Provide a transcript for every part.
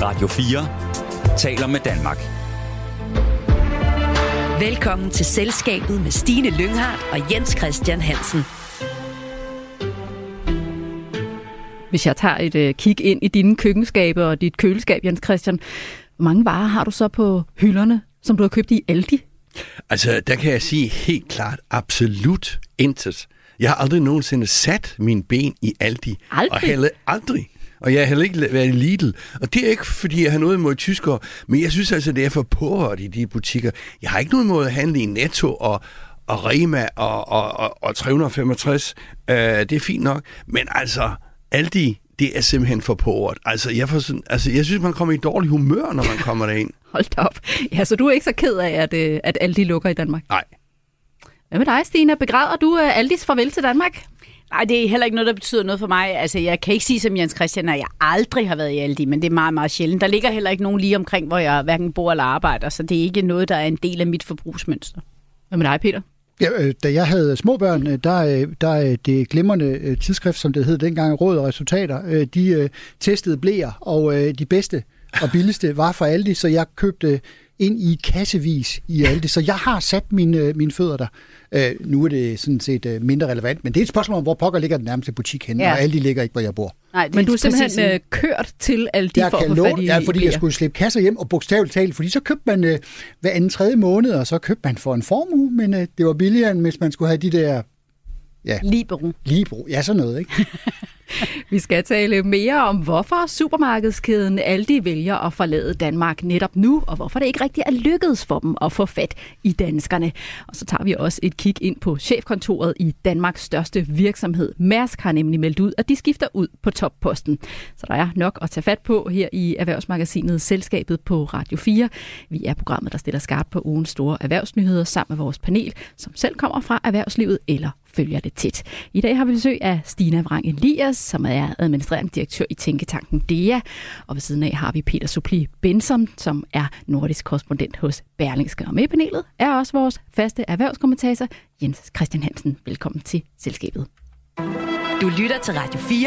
Radio 4 taler med Danmark. Velkommen til Selskabet med Stine Lynghardt og Jens Christian Hansen. Hvis jeg tager et kig ind i dine køkkenskabe og dit køleskab, Jens Christian, hvor mange varer har du så på hylderne, som du har købt i Aldi? Altså, der kan jeg sige helt klart absolut intet. Jeg har aldrig nogensinde sat mine ben i Aldi. Aldrig? Og heller aldrig. Og jeg har heller ikke været i Lidl. Og det er ikke, fordi jeg har noget imod tyskere, men jeg synes altså, det er for påhørt i de butikker. Jeg har ikke noget imod at handle i Netto og Rema og 365. Det er fint nok. Men altså, Aldi, det er simpelthen for påhørt. Altså, jeg synes, man kommer i dårlig humør, når man kommer derind. Hold da op. Ja, så du er ikke så ked af, at Aldi lukker i Danmark? Nej. Hvad med dig, Stine? Begræder du Aldis farvel til Danmark? Nej, det er heller ikke noget, der betyder noget for mig. Altså, jeg kan ikke sige som Jens Christian, at jeg aldrig har været i Aldi, men det er meget, meget sjældent. Der ligger heller ikke nogen lige omkring, hvor jeg hverken bor eller arbejder, så det er ikke noget, der er en del af mit forbrugsmønster. Hvad med dig, Peter? Ja, da jeg havde små børn, der det glimrende tidsskrift, som det hed dengang, Råd og Resultater, de testede bleer, og de bedste og billigste var fra Aldi, så jeg købte ind i kassevis i Aldi. Så jeg har sat mine fødder der. Nu er det sådan set mindre relevant, men det er et spørgsmål om, hvor pokker ligger den nærmeste butik henne, og Aldi ligger ikke, hvor jeg bor. Nej, men du er simpelthen kørt til Aldi for at få fat i fordi jeg skulle slippe kasser hjem, og bogstaveligt talt, fordi så købte man hver anden tredje måned, og så købte man for en formue, men det var billigere, end hvis man skulle have de der... Ja. Libero. Ja, sådan noget, ikke? Vi skal tale mere om, hvorfor supermarkedskæden Aldi vælger at forlade Danmark netop nu, og hvorfor det ikke rigtig er lykkedes for dem at få fat i danskerne. Og så tager vi også et kig ind på chefkontoret i Danmarks største virksomhed. Mærsk har nemlig meldt ud, at de skifter ud på topposten. Så der er nok at tage fat på her i Erhvervsmagasinet Selskabet på Radio 4. Vi er programmet, der stiller skarpt på ugens store erhvervsnyheder sammen med vores panel, som selv kommer fra erhvervslivet eller følger det tæt. I dag har vi besøg af Stina Vrang Elias, som er administrerende direktør i tænketanken DEA. Og ved siden af har vi Peter Supli Benson, som er nordisk korrespondent hos Berlingske. Og med i panelet er også vores faste erhvervskommentator, Jens Christian Hansen. Velkommen til Selskabet. Du lytter til Radio 4.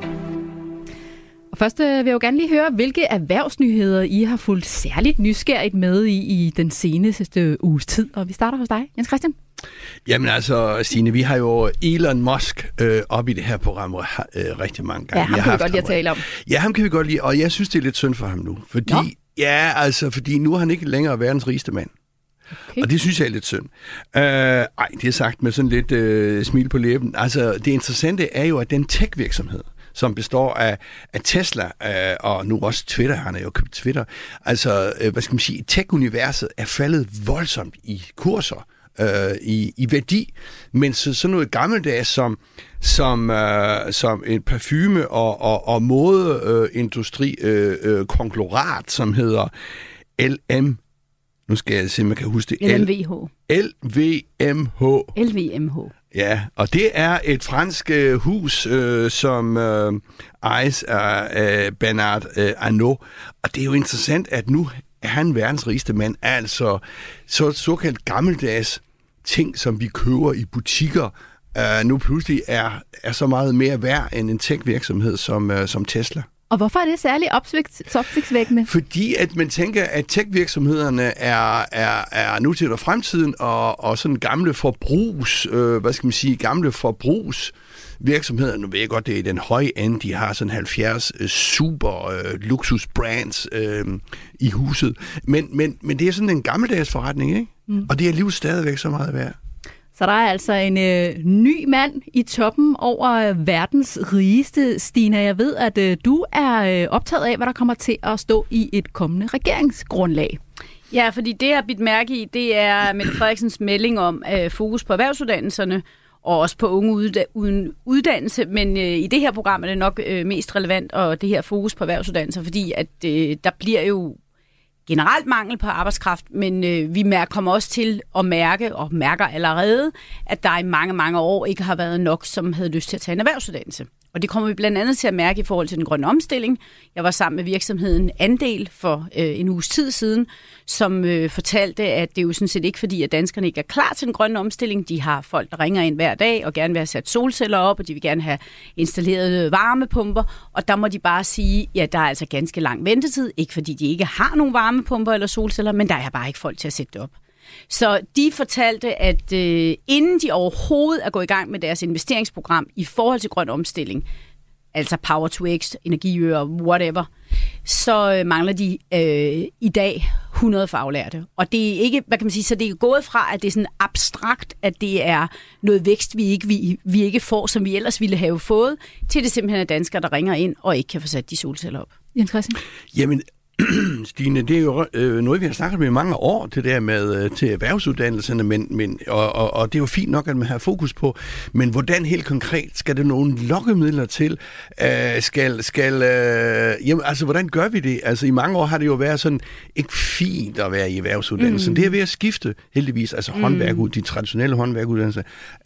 Og først vil jeg jo gerne lige høre, hvilke erhvervsnyheder I har fulgt særligt nysgerrigt med i den seneste uges tid. Og vi starter hos dig, Jens Christian. Jamen altså, Stine, vi har jo Elon Musk op i det her program rigtig mange gange. Ja, ham kan vi godt lide at tale om. Ja, ham kan vi godt lide, og jeg synes, det er lidt synd for ham nu. Fordi nu er han ikke længere verdens rigeste mand. Okay. Og det synes jeg er lidt synd. Det er sagt med sådan lidt smil på læben. Altså, det interessante er jo, at den tech-virksomhed, som består af Tesla og nu også Twitter, han har jo købt Twitter. Altså, tech-universet er faldet voldsomt i kurser, i værdi, men sådan noget gammeldags som en parfume og modeindustri konglorat, som hedder nu skal jeg se, man kan huske det. LVMH. Ja, og det er et fransk hus, som ejes af Bernard Arnault. Og det er jo interessant, at nu er han verdens rigeste mand. Altså såkaldt gammeldags ting, som vi køber i butikker, nu pludselig er så meget mere værd end en tech-virksomhed som Tesla. Og hvorfor er det særligt opsigtsvækkende? Fordi at man tænker, at tech-virksomhederne er nu til fremtiden, og sådan gamle forbrugsvirksomheder, nu ved jeg godt, det er i den høje ende, de har sådan 70 super luksus brands i huset. Men det er sådan en gammeldags forretning, ikke? Mm. Og det er alligevel stadigvæk så meget værd. Så der er altså en ny mand i toppen over verdens rigeste. Stina, jeg ved, at du er optaget af, hvad der kommer til at stå i et kommende regeringsgrundlag. Ja, fordi det, jeg har bidt mærke i, det er Mette Frederiksens melding om fokus på erhvervsuddannelserne, og også på unge uden uddannelse, men i det her program er det nok mest relevant, og det her fokus på erhvervsuddannelser, fordi at der bliver jo generelt mangel på arbejdskraft, men vi kommer også til at mærke, og mærker allerede, at der i mange, mange år ikke har været nok, som havde lyst til at tage en erhvervsuddannelse. Og det kommer vi blandt andet til at mærke i forhold til den grønne omstilling. Jeg var sammen med virksomheden Andel for en uges tid siden, som fortalte, at det er jo sådan set ikke fordi, at danskerne ikke er klar til den grønne omstilling. De har folk, der ringer ind hver dag og gerne vil have sat solceller op, og de vil gerne have installeret varmepumper. Og der må de bare sige, ja, der er altså ganske lang ventetid. Ikke fordi de ikke har nogen varmepumper eller solceller, men der er bare ikke folk til at sætte det op. Så de fortalte, at inden de overhovedet er gået i gang med deres investeringsprogram i forhold til grøn omstilling, altså Power to X, Energiøer, whatever, så mangler de i dag 100 faglærte. Og det er ikke, hvad kan man sige, så det er gået fra, at det er sådan abstrakt, at det er noget vækst, vi ikke får, som vi ellers ville have fået, til det simpelthen er danskere, der ringer ind og ikke kan få sat de solceller op. Jens Christian? Jamen, Stine, det er jo noget, vi har snakket med i mange år, det der med til erhvervsuddannelserne, og det er jo fint nok, at man har fokus på, men hvordan helt konkret skal der nogle lokkemidler til? Jamen, altså, hvordan gør vi det? Altså, i mange år har det jo været sådan ikke fint at være i erhvervsuddannelsen. Det er ved at skifte, heldigvis. Altså, de traditionelle håndværkuddannelser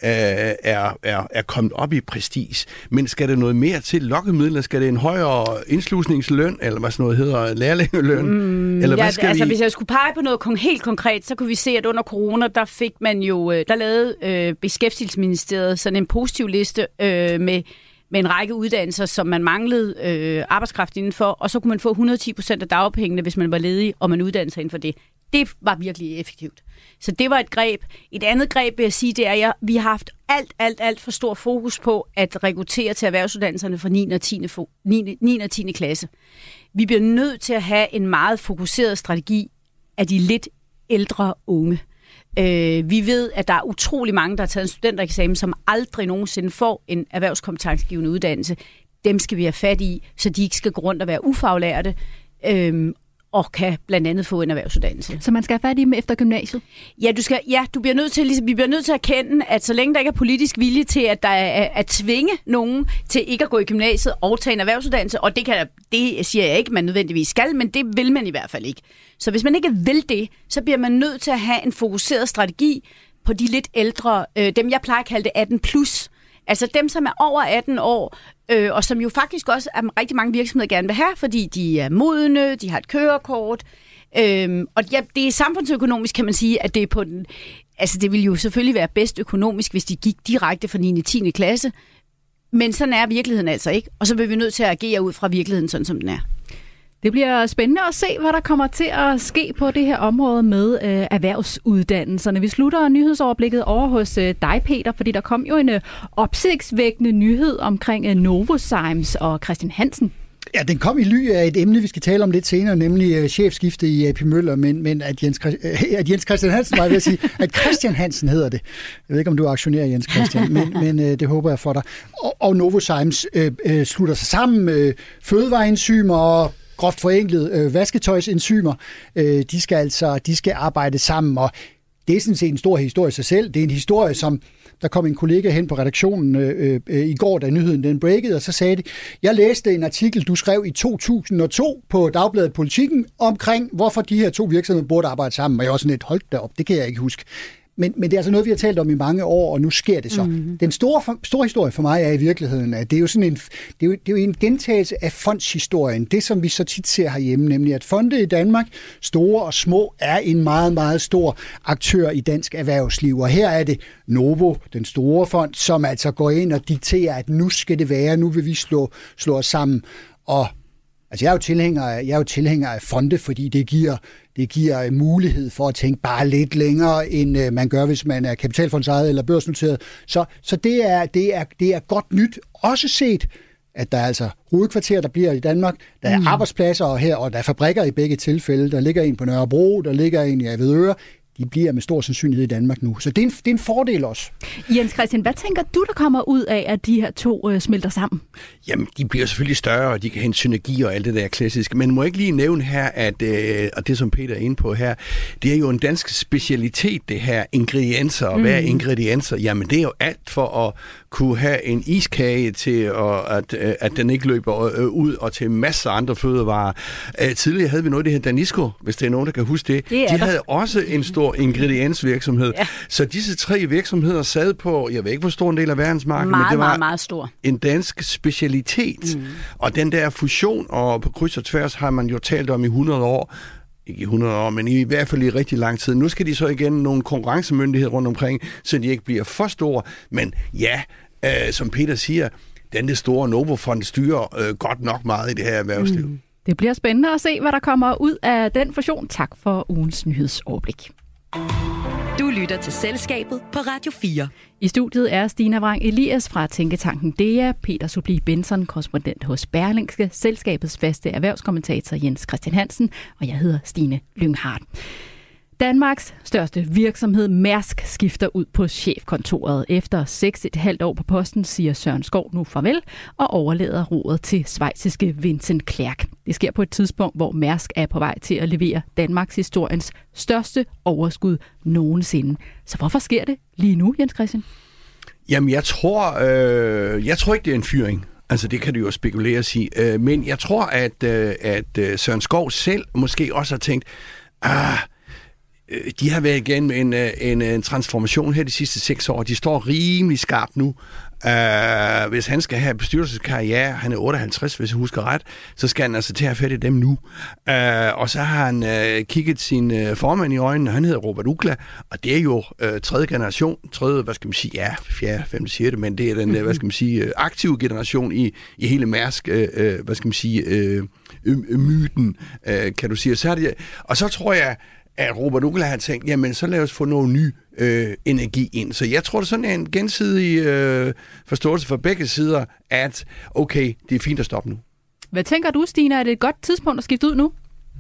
er kommet op i prestige. Men skal der noget mere til lokkemidler? Skal det en højere indslusningsløn, eller hvad sådan noget hedder, lærlingeløn? Eller hvad skal altså, hvis jeg skulle pege på noget helt konkret, så kunne vi se, at under corona, der fik man jo, der lavede Beskæftigelsesministeriet sådan en positiv liste med en række uddannelser, som man manglede arbejdskraft indenfor, og så kunne man få 110% af dagpengene, hvis man var ledig, og man uddannede sig inden for det. Det var virkelig effektivt. Så det var et greb. Et andet greb, vil jeg sige, det er, at vi har haft alt for stor fokus på at rekruttere til erhvervsuddannelserne fra 9. og 10. klasse. Vi bliver nødt til at have en meget fokuseret strategi af de lidt ældre unge. Vi ved, at der er utrolig mange, der har taget en studentereksamen, som aldrig nogensinde får en erhvervskompetencegivende uddannelse. Dem skal vi have fat i, så de ikke skal gå rundt og være ufaglærte, og kan blandt andet få en erhvervsuddannelse. Så man skal have fat i dem efter gymnasiet? Ja, vi bliver nødt til at erkende, at så længe der ikke er politisk vilje til, at der er at tvinge nogen til ikke at gå i gymnasiet og tage en erhvervsuddannelse, og det siger jeg ikke, man nødvendigvis skal, men det vil man i hvert fald ikke. Så hvis man ikke vil det, så bliver man nødt til at have en fokuseret strategi på de lidt ældre, dem jeg plejer at kalde det 18+. Altså dem, som er over 18 år, og som jo faktisk også er rigtig mange virksomheder gerne vil have, fordi de er modne, de har et kørekort. Og ja, det er samfundsøkonomisk, kan man sige, at det er på den... Altså det ville jo selvfølgelig være bedst økonomisk, hvis de gik direkte fra 9. og 10. klasse. Men sådan er virkeligheden altså ikke. Og så bliver vi nødt til at agere ud fra virkeligheden, sådan som den er. Det bliver spændende at se, hvad der kommer til at ske på det her område med erhvervsuddannelserne. Vi slutter nyhedsoverblikket over hos dig, Peter, fordi der kom jo en opsigtsvækkende nyhed omkring Novozymes og Christian Hansen. Ja, den kom i ly af et emne, vi skal tale om lidt senere, nemlig chefskifte i AP Møller, men at Jens Christian Hansen, var jeg ved at sige, at Christian Hansen hedder det. Jeg ved ikke, om du aktionerer, Jens Christian, men det håber jeg for dig. Og Novozymes slutter sig sammen med fødevareenzymer og groft forenklet vasketøjsenzymer. De skal arbejde sammen, og det er sådan set en stor historie i sig selv. Det er en historie, som der kom en kollega hen på redaktionen i går, da nyheden den breakede, og så sagde de, jeg læste en artikel, du skrev i 2002 på Dagbladet Politikken omkring, hvorfor de her to virksomheder burde arbejde sammen. Og jeg var sådan lidt, holdt derop, det kan jeg ikke huske. Men det er altså noget, vi har talt om i mange år, og nu sker det så. Mm-hmm. Den store historie for mig er i virkeligheden, at det er jo sådan det er jo en gentagelse af fondshistorien. Det, som vi så tit ser herhjemme, nemlig at fonde i Danmark, store og små, er en meget, meget stor aktør i dansk erhvervsliv. Og her er det Novo, den store fond, som altså går ind og dikterer, at nu skal det være, nu vil vi slå os sammen. Og altså, jeg er jo tilhænger af fonde, fordi det giver mulighed for at tænke bare lidt længere, end man gør, hvis man er kapitalfondsejet eller børsnoteret. Så det er godt nyt. Også set, at der er altså hovedkvarter, der bliver i Danmark. Der er arbejdspladser her, og der er fabrikker i begge tilfælde. Der ligger en på Nørrebro, der ligger en i Avedøre. De bliver med stor sandsynlighed i Danmark nu. Så det er en fordel også. Jens Christian, hvad tænker du, der kommer ud af, at de her to smelter sammen? Jamen, de bliver selvfølgelig større, og de kan hente synergi og alt det der klassiske. Men må jeg ikke lige nævne her, at og det som Peter er inde på her, det er jo en dansk specialitet, det her ingredienser. Og hvad er ingredienser? Jamen, det er jo alt for at kunne have en iskage til, at den ikke løber ud, og til masser af andre fødevarer. Tidligere havde vi noget, det her Danisco, hvis det er nogen, der kan huske det. De havde også en stor stor ingrediensvirksomhed. Ja. Så disse 3 virksomheder sad på, jeg ved ikke, hvor stor en del af verdensmarkedet, men det var meget stor. En dansk specialitet. Og den der fusion, og på kryds og tværs har man jo talt om i 100 år, ikke i 100 år, men i hvert fald i rigtig lang tid. Nu skal de så igen nogle konkurrencemyndigheder rundt omkring, så de ikke bliver for store. Men ja, som Peter siger, den store Novofond styrer godt nok meget i det her erhvervsliv. Det bliver spændende at se, hvad der kommer ud af den fusion. Tak for ugens nyhedsoverblik. Du lytter til Selskabet på Radio 4. I studiet er Stina Vrang Elias fra Tænketanken DEA, Peter Subli Benson, korrespondent hos Berlingske, Selskabets faste erhvervskommentator Jens Christian Hansen, og jeg hedder Stine Lynghardt. Danmarks største virksomhed, Mærsk, skifter ud på chefkontoret. Efter 6,5 år på posten siger Søren Skov nu farvel og overlader roret til schweiziske Vincent Clerc. Det sker på et tidspunkt, hvor Mærsk er på vej til at levere Danmarks historiens største overskud nogensinde. Så hvorfor sker det lige nu, Jens Christian? Jamen, jeg tror ikke, det er en fyring. Altså, det kan du jo spekulere i. Men jeg tror, at Søren Skov selv måske også har tænkt, de har været igennem en transformation her de sidste 6 år. De står rimelig skarpt nu. Hvis han skal have bestyrelseskarriere, han er 58, hvis jeg husker ret, så skal han altså til at have fat i dem nu. Og så har han kigget sin formand i øjnene, han hedder Robert Uggla, og det er jo 3. generation, 4., 5., 6., men det er den, aktive generation i hele Mærsk, myten, kan du sige. Og så tror jeg, at Robert Uggla har tænkt, jamen så lad os få noget ny energi ind. Så jeg tror, det er sådan en gensidig forståelse for begge sider, at okay, det er fint at stoppe nu. Hvad tænker du, Stina? Er det et godt tidspunkt at skifte ud nu?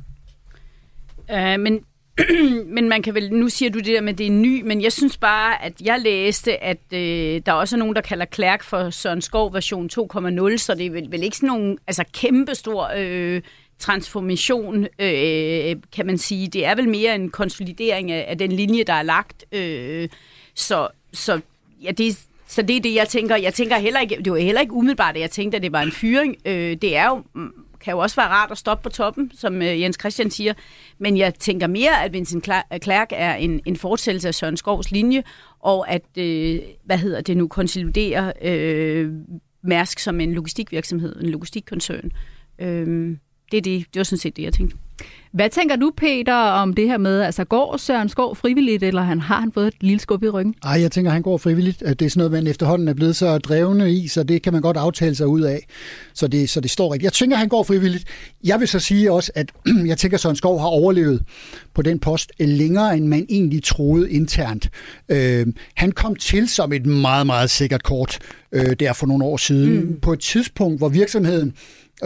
Men man kan vel, nu siger du det der med, det er ny, men jeg synes bare, at jeg læste, at der også er nogen, der kalder Clerc for Søren Skov version 2.0, så det er vel ikke sådan nogen kæmpestor transformation, kan man sige. Det er vel mere en konsolidering af den linje, der er lagt. Så det er det, jeg tænker. Jeg tænker heller ikke, det var heller ikke umiddelbart, at jeg tænkte, at det var en fyring. Det er jo, kan jo også være rart at stoppe på toppen, som Jens Christian siger. Men jeg tænker mere, at Vincent Clerc er en fortsættelse af Søren Skovs linje, og at, konsoliderer Mærsk som en logistikvirksomhed, en logistikkoncern. Det var sådan set det, jeg tænkte. Hvad tænker du, Peter, om det her med, altså går Søren Skov frivilligt, eller har han fået et lille skub i ryggen? Nej, jeg tænker, han går frivilligt. Det er sådan noget, man efterhånden er blevet så drevne i, så det kan man godt aftale sig ud af. Så det står rigtigt. Jeg tænker, han går frivilligt. Jeg vil så sige også, at jeg tænker, at Søren Skov har overlevet på den post længere, end man egentlig troede internt. Han kom til som et meget, meget sikkert kort der for nogle år siden. På et tidspunkt, hvor virksomheden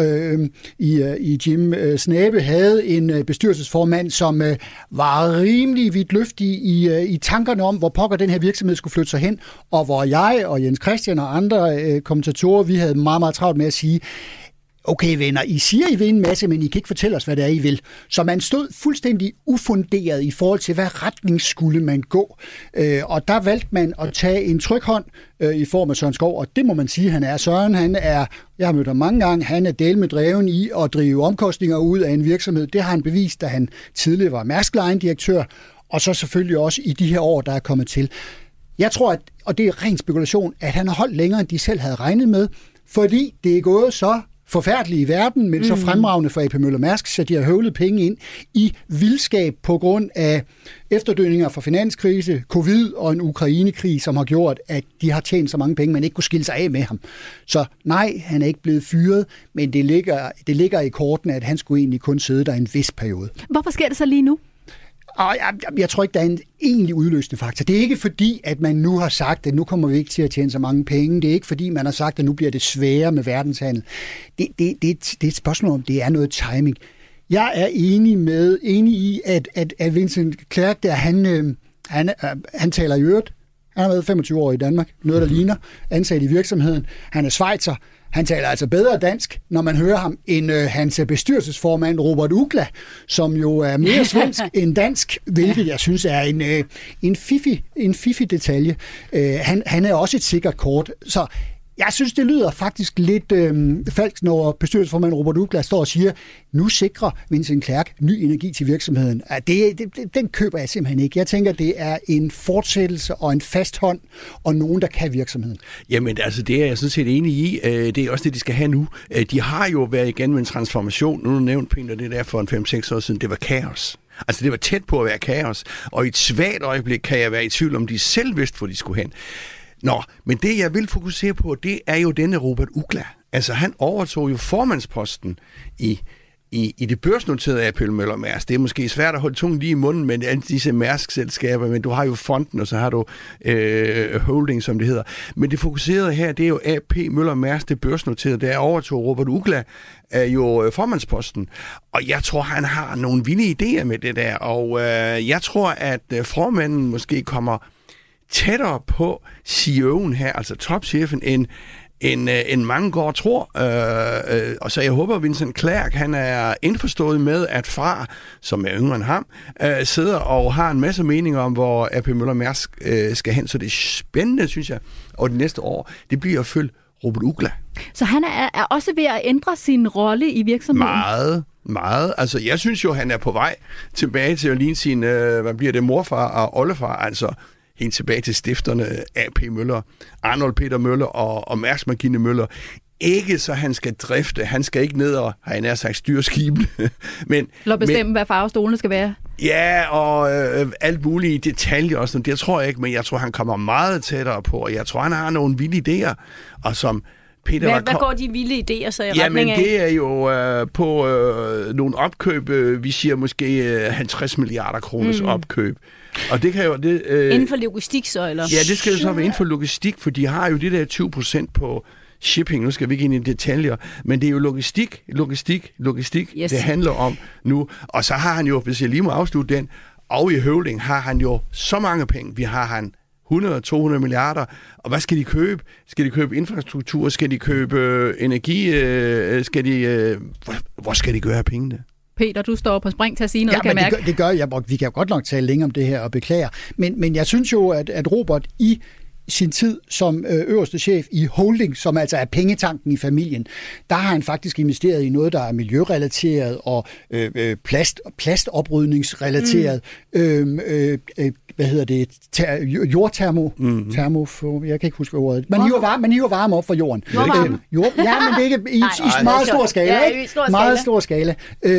i Jim Snabe havde en bestyrelsesformand, som var rimelig vidtløftig i tankerne om, hvor pokker den her virksomhed skulle flytte sig hen, og hvor jeg og Jens Christian og andre kommentatorer, vi havde meget, meget travlt med at sige, okay venner, I siger, I vil en masse, men I kan ikke fortælle os, hvad det er, I vil. Så man stod fuldstændig ufunderet i forhold til, hvad retning skulle man gå. Og der valgte man at tage en trykhånd i form af Søren Skov, og det må man sige, han er. Søren, jeg har mødt ham mange gange, han er del med dreven i at drive omkostninger ud af en virksomhed. Det har han bevist, da han tidligere var Mærsk Line-direktør, og så selvfølgelig også i de her år, der er kommet til. Jeg tror, at, og det er ren spekulation, at han har holdt længere, end de selv havde regnet med, fordi det er gået så forfærdelige i verden, men så fremragende for AP Møller Mærsk, så de har høvlet penge ind i vildskab på grund af efterdønninger fra finanskrise, covid og en Ukrainekrig, som har gjort, at de har tjent så mange penge, man ikke kunne skille sig af med ham. Så nej, han er ikke blevet fyret, men det ligger i kortene, at han skulle egentlig kun sidde der en vis periode. Hvorfor sker det så lige nu? Og jeg tror ikke, der er en egentlig udløsende faktor. Det er ikke fordi, at man nu har sagt, at nu kommer vi ikke til at tjene så mange penge. Det er ikke fordi, man har sagt, at nu bliver det sværere med verdenshandel. Det er et spørgsmål om, det er noget timing. Jeg er enig i, at Vincent Clerc, der han taler i øvrigt. Han har været 25 år i Danmark, noget der ligner, ansat i virksomheden. Han er schweizer. Han taler altså bedre dansk, når man hører ham, end hans bestyrelsesformand Robert Uggla, som jo er mere svensk end dansk, hvilket jeg synes er en fiffig detalje. Han er også et sikkert kort, så Jeg synes, det lyder faktisk lidt falsk, når bestyrelsesformand Robert Uggla står og siger, nu sikrer Vincent Clerc ny energi til virksomheden. Den køber jeg simpelthen ikke. Jeg tænker, det er en fortsættelse og en fast hånd, og nogen, der kan virksomheden. Jamen, altså, det er jeg sådan set enig i. Det er også det, de skal have nu. De har jo været igen med en transformation. Nu har du nævnt, Peter, det der for en 5-6 år siden. Det var kaos. Altså, det var tæt på at være kaos. Og i et svagt øjeblik kan jeg være i tvivl om, de selv vidste, hvor de skulle hen. Nå, men det, jeg vil fokusere på, det er jo denne Robert Uggla. Altså, han overtog jo formandsposten i det børsnoterede AP Møller Mærsk. Det er måske svært at holde tungen lige i munden med alle disse Mærsk-selskaber, men du har jo fonden, og så har du holding, som det hedder. Men det fokuserede her, det er jo AP Møller Mærsk, det børsnoterede. Der overtog Robert Uggla jo formandsposten. Og jeg tror, han har nogle vilde idéer med det der. Og jeg tror, at formanden måske kommer tættere på CEO'en her, altså topchefen, end mange går tror. Og så jeg håber, at Vincent Clerc, han er indforstået med, at far, som er yngre end ham, sidder og har en masse meninger om, hvor AP Møller Mærsk skal hen. Så det er spændende, synes jeg, og det næste år, det bliver at følge Robert Uggla. Så han er også ved at ændre sin rolle i virksomheden? Meget. Altså, jeg synes jo, han er på vej tilbage til at ligne sin, hvad bliver det, morfar og oldefar, altså helt tilbage til stifterne AP Møller, Arnold Peter Møller og Mærsk Mc-Kinney Møller. Ikke så han skal drifte, han skal ikke ned og, har jeg nær sagt, styre skibene. Lad bestemme, hvad farve stolene skal være. Ja, og alt muligt i detaljer også. Det tror jeg ikke, men jeg tror, han kommer meget tættere på, og jeg tror, han har nogle vilde idéer, og som Peter hvad går de vilde idéer så i retning af? Jamen, det er jo på nogle opkøb, vi siger måske 50 milliarder kroners opkøb. Og det kan jo... inden for logistik så, eller? Ja, det skal jo så være inden for logistik, for de har jo det der 20% på shipping. Nu skal vi ikke ind i detaljer, men det er jo logistik, yes. Det handler om nu. Og så har han jo, hvis jeg lige må afslutte den, og i Høvling har han jo så mange penge. Vi har han 100-200 milliarder. Og hvad skal de købe? Skal de købe infrastruktur? Skal de købe energi? Hvor skal de gøre pengene? Peter, du står på spring til at sige noget, kan jeg mærke. Det gør jeg. Vi kan jo godt nok tale længe om det her og beklager. Men jeg synes jo, at Robert i sin tid som øverste chef i holding, som altså er pengetanken i familien, der har han faktisk investeret i noget, der er miljørelateret og plastoprydningsrelateret. Jordtermo. Jeg kan ikke huske ordet. Man hiver varme op fra jorden. Ja, men det er ikke i meget stor skala. Meget stor skala.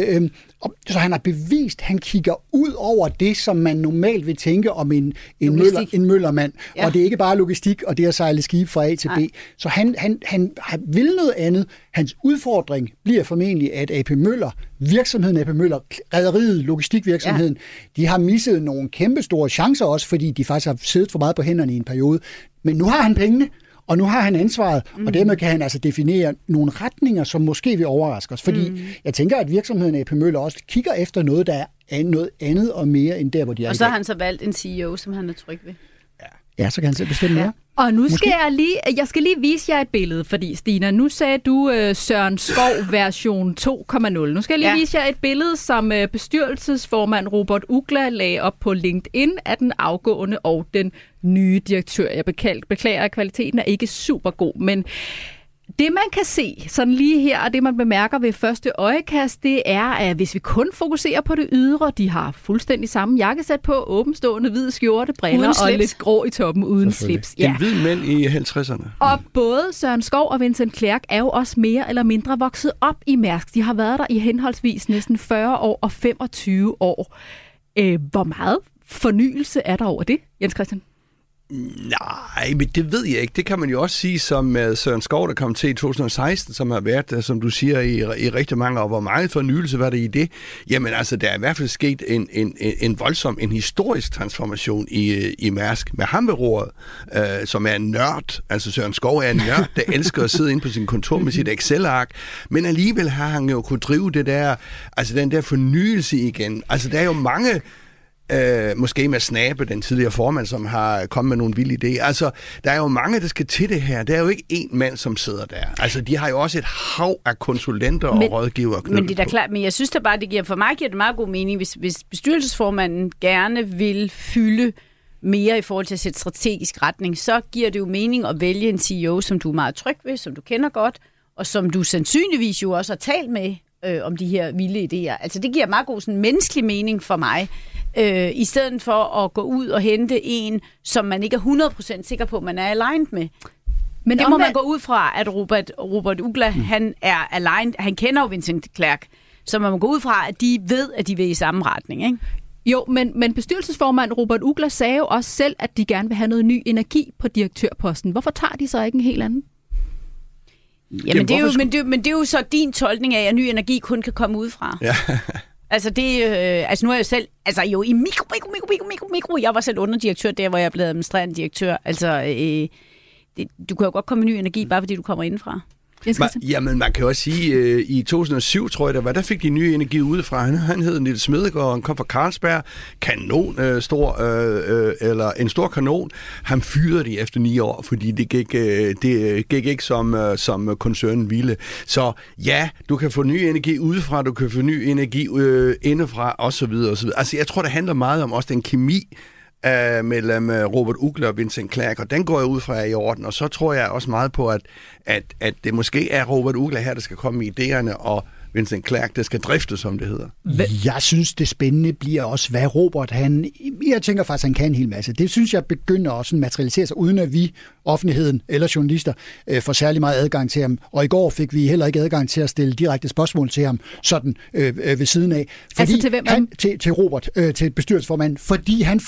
Så han har bevist, han kigger ud over det, som man normalt vil tænke om en møllermand. Ja. Og det er ikke bare logistik, og det at sejle skib fra A til B. Så han vil noget andet. Hans udfordring bliver formentlig, at AP Møller, virksomheden AP Møller, rederiet, logistikvirksomheden, de har misset nogle kæmpestore chancer også, fordi de faktisk har siddet for meget på hænderne i en periode. Men nu har han pengene, og nu har han ansvaret, og dermed kan han altså definere nogle retninger, som måske vil overraske os. Fordi jeg tænker, at virksomheden AP Møller også kigger efter noget, der er noget andet og mere end der, hvor de er. Og så har han så valgt en CEO, som han er tryg ved. Ja, så kan han selv bestemme mere. Og nu skal jeg skal lige vise jer et billede, fordi Stina, nu sagde du Søren Skov version 2.0. Nu skal jeg lige vise jer et billede, som bestyrelsesformand Robert Uggla lagde op på LinkedIn af den afgående og den nye direktør. Jeg beklager, at kvaliteten er ikke super god, men det, man kan se sådan lige her, og det, man bemærker ved første øjekast, det er, at hvis vi kun fokuserer på det ydre, de har fuldstændig samme jakkesæt på, åbenstående, hvid skjorte, briller og lidt grå i toppen uden slips. Ja. En hvid mand i 50'erne. Og både Søren Skov og Vincent Clerc er jo også mere eller mindre vokset op i Mærsk. De har været der i henholdsvis næsten 40 år og 25 år. Hvor meget fornyelse er der over det, Jens Christian? Nej, men det ved jeg ikke. Det kan man jo også sige som Søren Skov, der kom til i 2016, som har været, som du siger, i rigtig mange år. Hvor meget fornyelse var det i det? Jamen altså, der er i hvert fald sket en voldsom, en historisk transformation i Mærsk. Med ham ved roret, som er en nørd. Altså Søren Skov er en nørd, der elsker at sidde inde på sin kontor med sit Excel-ark. Men alligevel har han jo kunne drive det der, altså den der fornyelse igen. Altså der er jo mange... måske med Snabe, den tidligere formand, som har kommet med nogle vilde idéer. Altså, der er jo mange, der skal til det her. Der er jo ikke én mand, som sidder der. Altså, de har jo også et hav af konsulenter og rådgivere. Men det er da klart, men jeg synes da bare, for mig giver det meget god mening, hvis bestyrelsesformanden gerne vil fylde mere i forhold til at sætte strategisk retning, så giver det jo mening at vælge en CEO, som du er meget tryg ved, som du kender godt, og som du sandsynligvis jo også har talt med om de her vilde idéer. Altså det giver meget god sådan menneskelig mening for mig, i stedet for at gå ud og hente en, som man ikke er 100% sikker på, man er aligned med. Men det må man gå ud fra, at Robert Ugla, han er aligned, han kender jo Vincent Clerc, så man må gå ud fra, at de ved, at de vil i samme retning, ikke? Jo, men bestyrelsesformand Robert Ugla sagde jo også selv, at de gerne vil have noget ny energi på direktørposten. Hvorfor tager de så ikke en helt anden? Jamen, det er jo så din tolkning af, at ny energi kun kan komme udefra. Ja. Altså, nu er jeg jo selv, jo i mikro. Jeg var selv underdirektør der, hvor jeg blev administrerende direktør. Altså, du kan jo godt komme med ny energi, bare fordi du kommer indenfra. Jamen, man kan jo også sige, i 2007, tror jeg, der fik de nye energi udefra. Han hed Niels Smedegaard, han kom fra Carlsberg, eller en stor kanon. Han fyrede de efter 9 år, fordi det gik ikke som koncernen ville. Så ja, du kan få ny energi udefra, du kan få ny energi indefra, osv. Altså, jeg tror, det handler meget om også den kemi, mellem Robert Ugla og Vincent Clerc, og den går jeg ud fra i orden, og så tror jeg også meget på, at det måske er Robert Ugla her, der skal komme med idéerne, og Vincent Clerc, der skal drifte, som det hedder. Jeg synes, det spændende bliver også, hvad Robert, jeg tænker faktisk, han kan en hel masse. Det synes jeg begynder også at materialisere sig, uden at vi, offentligheden eller journalister, får særlig meget adgang til ham. Og i går fik vi heller ikke adgang til at stille direkte spørgsmål til ham, sådan ved siden af. Fordi altså til hvem? Til Robert, til bestyrelsesformanden, fordi han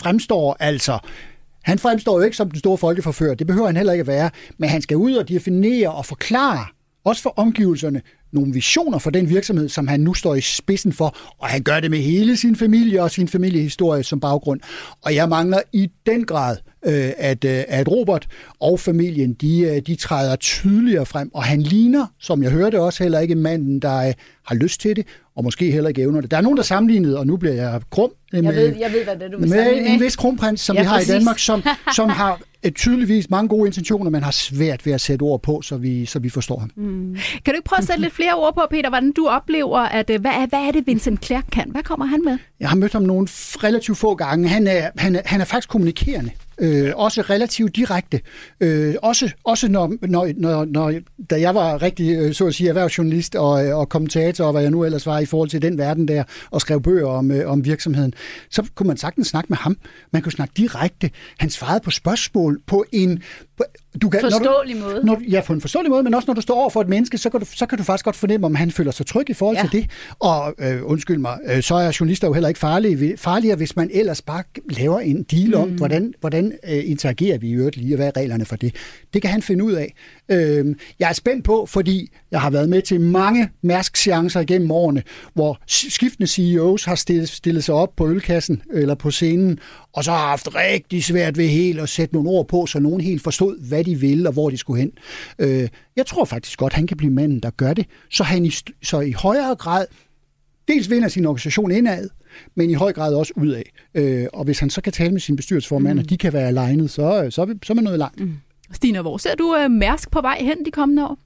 fremstår jo ikke som den store folkeforfører, det behøver han heller ikke at være, men han skal ud og definere og forklare, også for omgivelserne, nogle visioner for den virksomhed, som han nu står i spidsen for, og han gør det med hele sin familie og sin familiehistorie som baggrund. Og jeg mangler i den grad, at Robert og familien, de træder tydeligere frem, og han ligner, som jeg hørte også, heller ikke manden, der har lyst til det, og måske heller ikke evner det. Der er nogen, der sammenlignede, og nu bliver jeg krum, jeg ved, hvad det er, du vil med en vis kronprins, som vi har præcis i Danmark, som har tydeligvis mange gode intentioner, men har svært ved at sætte ord på, så vi forstår ham. Kan du ikke prøve at sætte lidt flere ord på, Peter, hvordan du oplever, at hvad er det, Vincent Clerc kan? Hvad kommer han med? Jeg har mødt ham nogle relativt få gange. Han er faktisk kommunikerende. Også relativt direkte. Også når da jeg var rigtig, så at sige, erhvervsjournalist og kommentator, og hvad jeg nu ellers var i forhold til den verden der, og skrev bøger om virksomheden, så kunne man sagtens snakke med ham. Man kunne snakke direkte. Han svarede på spørgsmål på en forståelig måde. På en forståelig måde, men også når du står over for et menneske, så kan du faktisk godt fornemme, om han føler sig tryg i forhold til det. Og undskyld mig, så er journalister jo heller ikke farligere, hvis man ellers bare laver en deal om, hvordan interagerer vi i øvrigt lige, og hvad er reglerne for det. Det kan han finde ud af. Jeg er spændt på, fordi jeg har været med til mange Mærsk-seancer igennem årene, hvor skiftende CEOs har stillet sig op på ølkassen eller på scenen, og så har haft rigtig svært ved helt at sætte nogle ord på, så nogen helt forstod, hvad de ville og hvor de skulle hen. Jeg tror faktisk godt, han kan blive manden, der gør det, så han i højere grad dels vinder sin organisation indad, men i høj grad også udad. Og hvis han så kan tale med sin bestyrelsesformand, og de kan være alignet, så er man nået langt. Stine, hvor ser du Mærsk på vej hen de kommende år?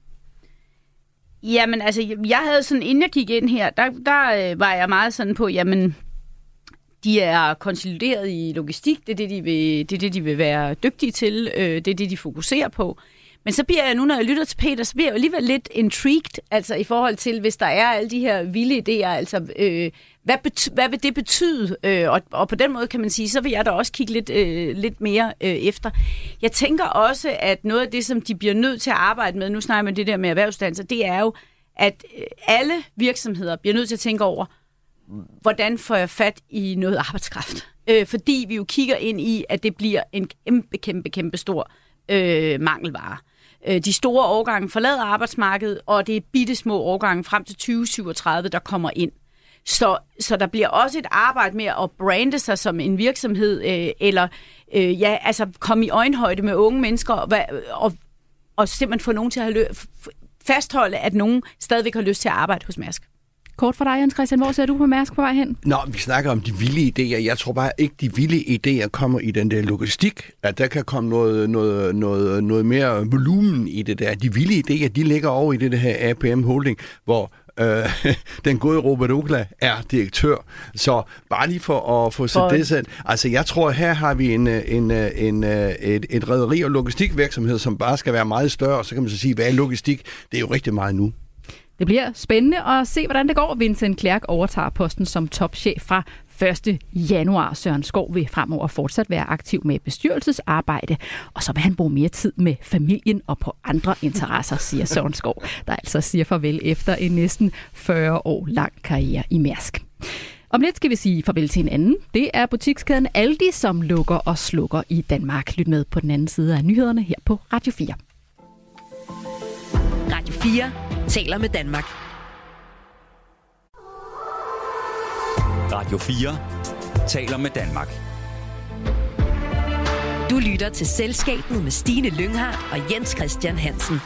Jamen, altså, jeg havde sådan, inden jeg gik ind her, der var jeg meget sådan på, jamen, de er konsolideret i logistik, det er det, de vil være dygtige til, det er det, de fokuserer på. Men så bliver jeg nu, når jeg lytter til Peter, så bliver jeg alligevel lidt intrigued, altså i forhold til, hvis der er alle de her vilde idéer, altså hvad vil det betyde? Og på den måde kan man sige, så vil jeg da også kigge lidt mere efter. Jeg tænker også, at noget af det, som de bliver nødt til at arbejde med, nu snakker jeg med det der med erhvervsuddannelser, det er jo, at alle virksomheder bliver nødt til at tænke over, hvordan får jeg fat i noget arbejdskraft? Fordi vi jo kigger ind i, at det bliver en kæmpe stor mangelvare. De store årgange forlader arbejdsmarkedet, og det er bittesmå årgange frem til 2037, der kommer ind. Så der bliver også et arbejde med at brande sig som en virksomhed, eller komme i øjenhøjde med unge mennesker, og simpelthen få nogen til at fastholde, at nogen stadigvæk har lyst til at arbejde hos Mærsk. Kort for dig, Jens Christian. Hvor ser du på Mærsk på vej hen? Nå, vi snakker om de vilde idéer. Jeg tror bare ikke, de vilde idéer kommer i den der logistik. At der kan komme noget mere volumen i det der. De vilde idéer, de ligger over i det her APM Holding, hvor den gode Robert Uggla er direktør. Så bare lige for at få sat det selv. Altså, jeg tror, her har vi et rederi- og logistikvirksomhed, som bare skal være meget større. Så kan man så sige, hvad er logistik? Det er jo rigtig meget nu. Det bliver spændende at se, hvordan det går. Vincent Clerc overtager posten som topchef fra 1. januar. Søren Skov vil fremover fortsat være aktiv med bestyrelsesarbejde, og så vil han bruge mere tid med familien og på andre interesser, siger Søren Skov, der altså siger farvel efter en næsten 40 år lang karriere i Mærsk. Om lidt skal vi sige farvel til en anden. Det er butikskæden Aldi, som lukker og slukker i Danmark. Lyt med på den anden side af nyhederne her på Radio 4. Radio 4 taler med Danmark. Radio 4 taler med Danmark. Du lytter til Selskabet med Stine Lynghardt og Jens Christian Hansen.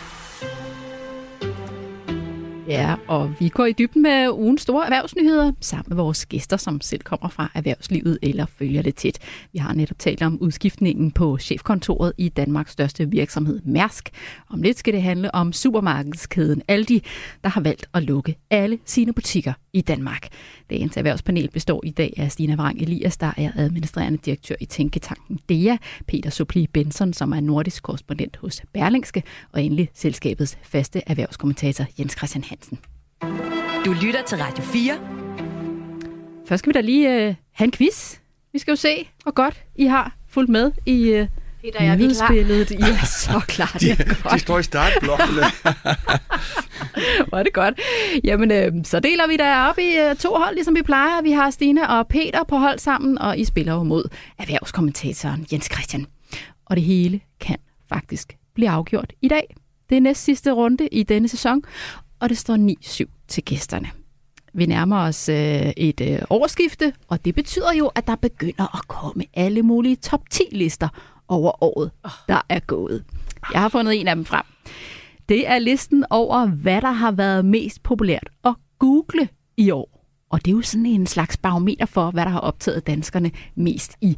Ja, og vi går i dybden med ugens store erhvervsnyheder sammen med vores gæster, som selv kommer fra erhvervslivet eller følger det tæt. Vi har netop talt om udskiftningen på chefkontoret i Danmarks største virksomhed, Mærsk. Om lidt skal det handle om supermarkedskæden Aldi, der har valgt at lukke alle sine butikker i Danmark. Dagens erhvervspanel består i dag af Stina Vrang Elias, der er administrerende direktør i Tænketanken DEA, Peter Supli Benson, som er nordisk korrespondent hos Berlingske, og endelig selskabets faste erhvervskommentator Jens Christian Hansen. Du lytter til Radio 4. Først skal vi da lige have en quiz. Vi skal jo se, hvor godt I har fulgt med i nyhedsbilledet. I er så klar, det er godt. De står i startblokkene. Hvor er det godt. Jamen, så deler vi der op i 2 hold, ligesom vi plejer. Vi har Stine og Peter på hold sammen, og I spiller jo mod erhvervskommentatoren Jens Christian. Og det hele kan faktisk blive afgjort i dag. Det er næst sidste runde i denne sæson, og det står 9-7 til gæsterne. Vi nærmer os et årsskifte, og det betyder jo, at der begynder at komme alle mulige top 10-lister over året, der er gået. Jeg har fundet en af dem frem. Det er listen over, hvad der har været mest populært at google i år. Og det er jo sådan en slags barometer for, hvad der har optaget danskerne mest i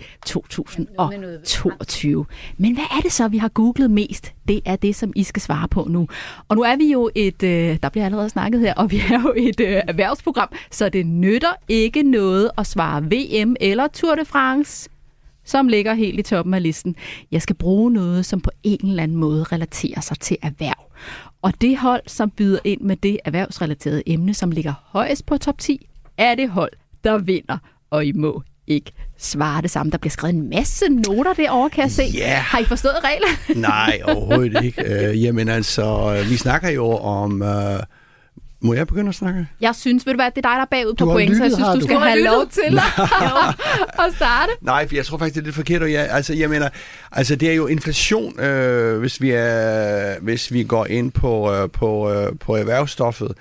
2022. Men hvad er det så, vi har googlet mest? Det er det, som I skal svare på nu. Og nu er vi jo der bliver allerede snakket her, og vi er jo et erhvervsprogram, så det nytter ikke noget at svare VM eller Tour de France, som ligger helt i toppen af listen. Jeg skal bruge noget, som på en eller anden måde relaterer sig til erhverv. Og det hold, som byder ind med det erhvervsrelaterede emne, som ligger højest på top 10, er det hold, der vinder. Og I må ikke svare det samme. Der bliver skrevet en masse noter derovre, kan jeg se. Yeah. Har I forstået reglerne? Nej, overhovedet ikke. Jamen altså, vi snakker jo om... Må jeg begynde at snakke? Jeg synes, ved du hvad, det er dig, der er bagud på point, så jeg synes, du skal have lov til at starte. Nej, for jeg tror faktisk, det er lidt forkert. Jeg mener, det er jo inflation, hvis vi går ind på erhvervsstoffet.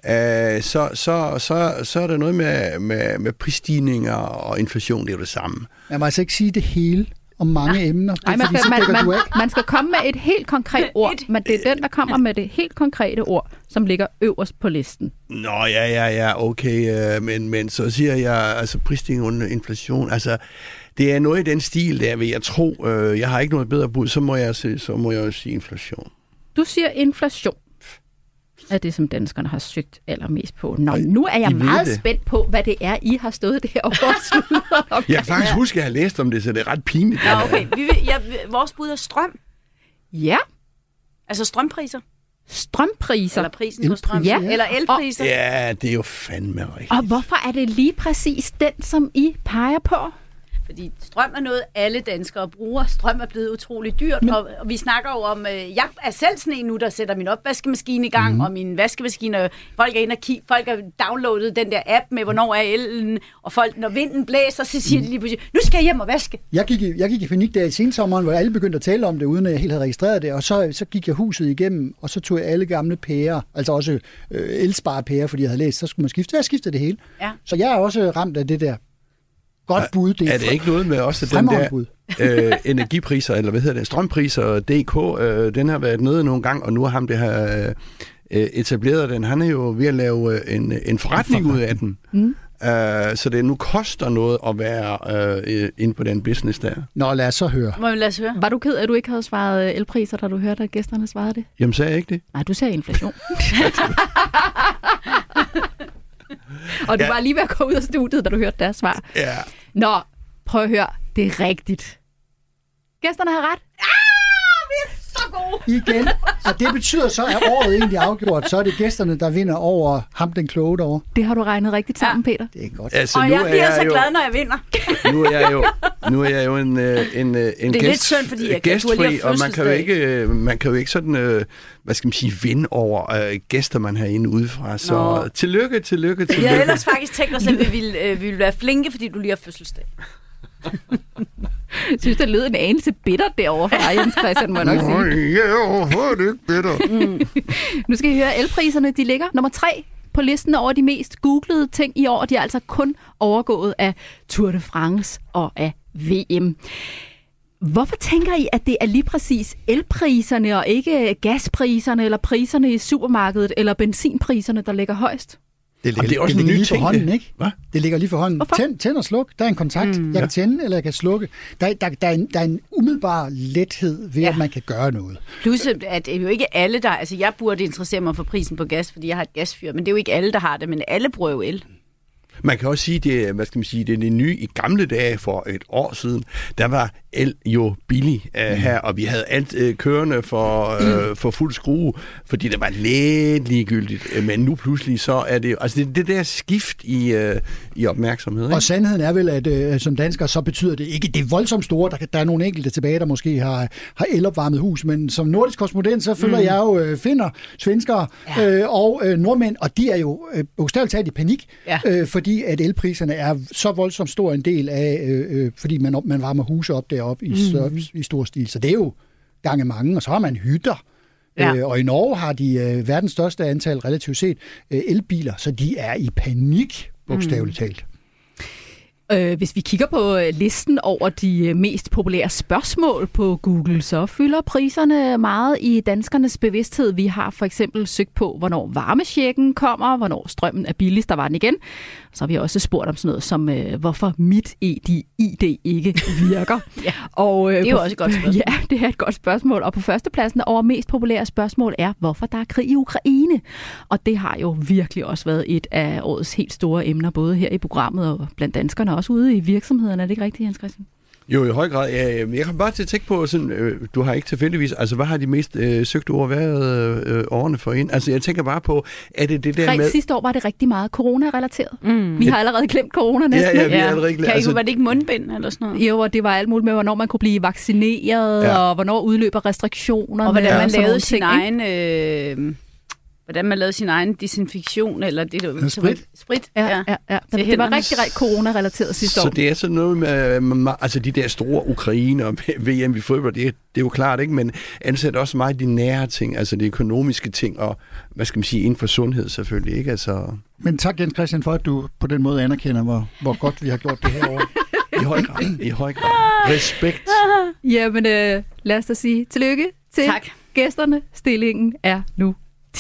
Så er der noget med prisstigninger og inflation, det er jo det samme. Man må altså ikke sige det hele om mange emner. Nej, man skal komme med et helt konkret ord, men det er den, der kommer med det helt konkrete ord, som ligger øverst på listen. Nå, ja, okay, men så siger jeg, altså prisstigning under inflation, altså det er noget i den stil, der vil jeg tro, jeg har ikke noget bedre bud, så må jeg jo sige inflation. Du siger inflation er det, som danskerne har søgt allermest på. Nå, nu er jeg meget spændt på, hvad det er, I har stået det her og om. Jeg kan faktisk huske, at jeg har læst om det, så det er ret pinligt. Ja, okay. Vores bud er strøm. Ja. Altså strømpriser. Strømpriser. Eller prisen på strøm. Ja. Eller elpriser. Ja, det er jo fandme rigtigt. Og hvorfor er det lige præcis den, som I peger på? Fordi strøm er noget, alle danskere bruger. Strøm er blevet utrolig dyrt, og vi snakker jo om... Jeg er selv sådan en nu, der sætter min opvaskemaskine i gang, og min vaskemaskine... Folk er inde og folk har downloadet den der app med, hvornår er elen, og folk, når vinden blæser, så siger de lige pludselig, nu skal jeg hjem og vaske. Jeg gik i panik der i sensommeren, hvor alle begyndte at tale om det, uden at jeg helt havde registreret det, og så gik jeg huset igennem, og så tog jeg alle gamle pærer, altså også elsparepærer, fordi jeg havde læst, så skulle man skifte. Jeg skiftede det hele. Ja. Så jeg er også ramt af det der. Godt bud. Er det ikke noget med også den der energipriser, eller hvad hedder det, strømpriser, DK, den har været nede nogle gange, og nu har ham det her etableret den. Han er jo ved at lave en forretning ud af den. Så det nu koster noget at være inde på den business der. Nå, lad os så høre. Var du ked af, at du ikke havde svaret elpriser, da du hørte, at gæsterne svarede det? Jamen, sagde jeg ikke det? Nej, du sagde inflation. Og du var lige ved at gå ud af studiet, da du hørte deres svar. Ja. Nå, prøv at høre. Det er rigtigt. Gæsterne har ret. Vi er så gode. Igen. Og det betyder så, at året egentlig er afgjort. Så er det gæsterne, der vinder over ham, den kloge derovre. Det har du regnet rigtigt sammen, Peter. Det er godt. Altså, Og jeg bliver så glad, når jeg vinder. Nu er jeg jo en det er lidt synd, fordi jeg gæstfri, og man kan jo ikke sådan, hvad skal man sige, vinde over gæster, man har inde udefra. Så tillykke. Jeg har ellers faktisk tænkt os, at vi ville være flinke, fordi du lige har fødselsdag. Jeg synes, der lød en anelse bitter derovre fra Jens Christian, må jeg nok sige. Ja, overhovedet ikke bitter. Nu skal I høre, elpriserne, de ligger nummer 3 på listen over de mest googlede ting i år. De er altså kun overgået af Tour de France og af VM. Hvorfor tænker I, at det er lige præcis elpriserne og ikke gaspriserne eller priserne i supermarkedet eller benzinpriserne, der ligger højst? Det er også en ny lige ting. for hånden, ikke? Hvad? Det ligger lige for hånden. Tænd og sluk. Der er en kontakt. Jeg kan tænde, eller jeg kan slukke. Der er en umiddelbar lethed ved, at man kan gøre noget. Plus, at det er jo ikke alle, der... Altså, jeg burde interessere mig for prisen på gas, fordi jeg har et gasfyr, men det er jo ikke alle, der har det, men alle bruger jo el. Man kan også sige, det er det nye. I gamle dage for et år siden, der var el jo billig her, og vi havde alt kørende for fuld skrue, fordi det var lidt ligegyldigt. Men nu pludselig så er det altså det der skift i opmærksomhed. Ikke? Og sandheden er vel, at som dansker, så betyder det ikke det voldsomt store. Der er nogle enkelte tilbage, der måske har elopvarmet hus, men som nordisk korrespondent, så følger jeg jo finner, svenskere og nordmænd, og de er jo bogstaveligt talt i panik, fordi at elpriserne er så voldsomt stor en del af, fordi man varmer huse op deroppe i stor stil. Så det er jo gange mange, og så har man hytter. Og i Norge har de verdens største antal relativt set elbiler, så de er i panik, bogstaveligt talt. Hvis vi kigger på listen over de mest populære spørgsmål på Google, så fylder priserne meget i danskernes bevidsthed. Vi har for eksempel søgt på, hvornår varmechecken kommer, hvornår strømmen er billigst, der var den igen. Så har vi også spurgt om sådan noget som, hvorfor mit ID ikke virker. Og, det er jo også et godt spørgsmål. Ja, det er et godt spørgsmål. Og på førstepladsen over mest populære spørgsmål er, hvorfor der er krig i Ukraine. Og det har jo virkelig også været et af årets helt store emner, både her i programmet og blandt danskerne, også ude i virksomhederne. Er det ikke rigtigt, Jens Christian? Jo, i høj grad. Jeg kan bare til at tænke på, sådan, du har ikke tilfældigvis, altså hvad har de mest søgte ord været årene for ind? Altså jeg tænker bare på, er det der med... Sidste år var det rigtig meget corona-relateret. Vi har allerede glemt corona næsten. Ja, vi har allerede glemt. Var det ikke mundbind eller sådan noget? Jo, og det var alt muligt med, hvornår man kunne blive vaccineret, og hvornår udløber restriktionerne. Og hvordan man lavede sin egen... Hvordan man lavede sin egen desinfektion, eller det sprit. Ja. Det var rigtig corona-relateret sidste år. Så det er sådan noget med, altså de der store Ukraine og VM i fodbold, det er jo klart, ikke? Men ansæt også meget de nære ting, altså de økonomiske ting, og hvad skal man sige, inden for sundhed selvfølgelig, ikke? Altså... Men tak, Jens Christian, for at du på den måde anerkender, hvor godt vi har gjort det her år. I høj grad. Respekt. Jamen, lad os da sige tillykke til gæsterne. Stillingen er nu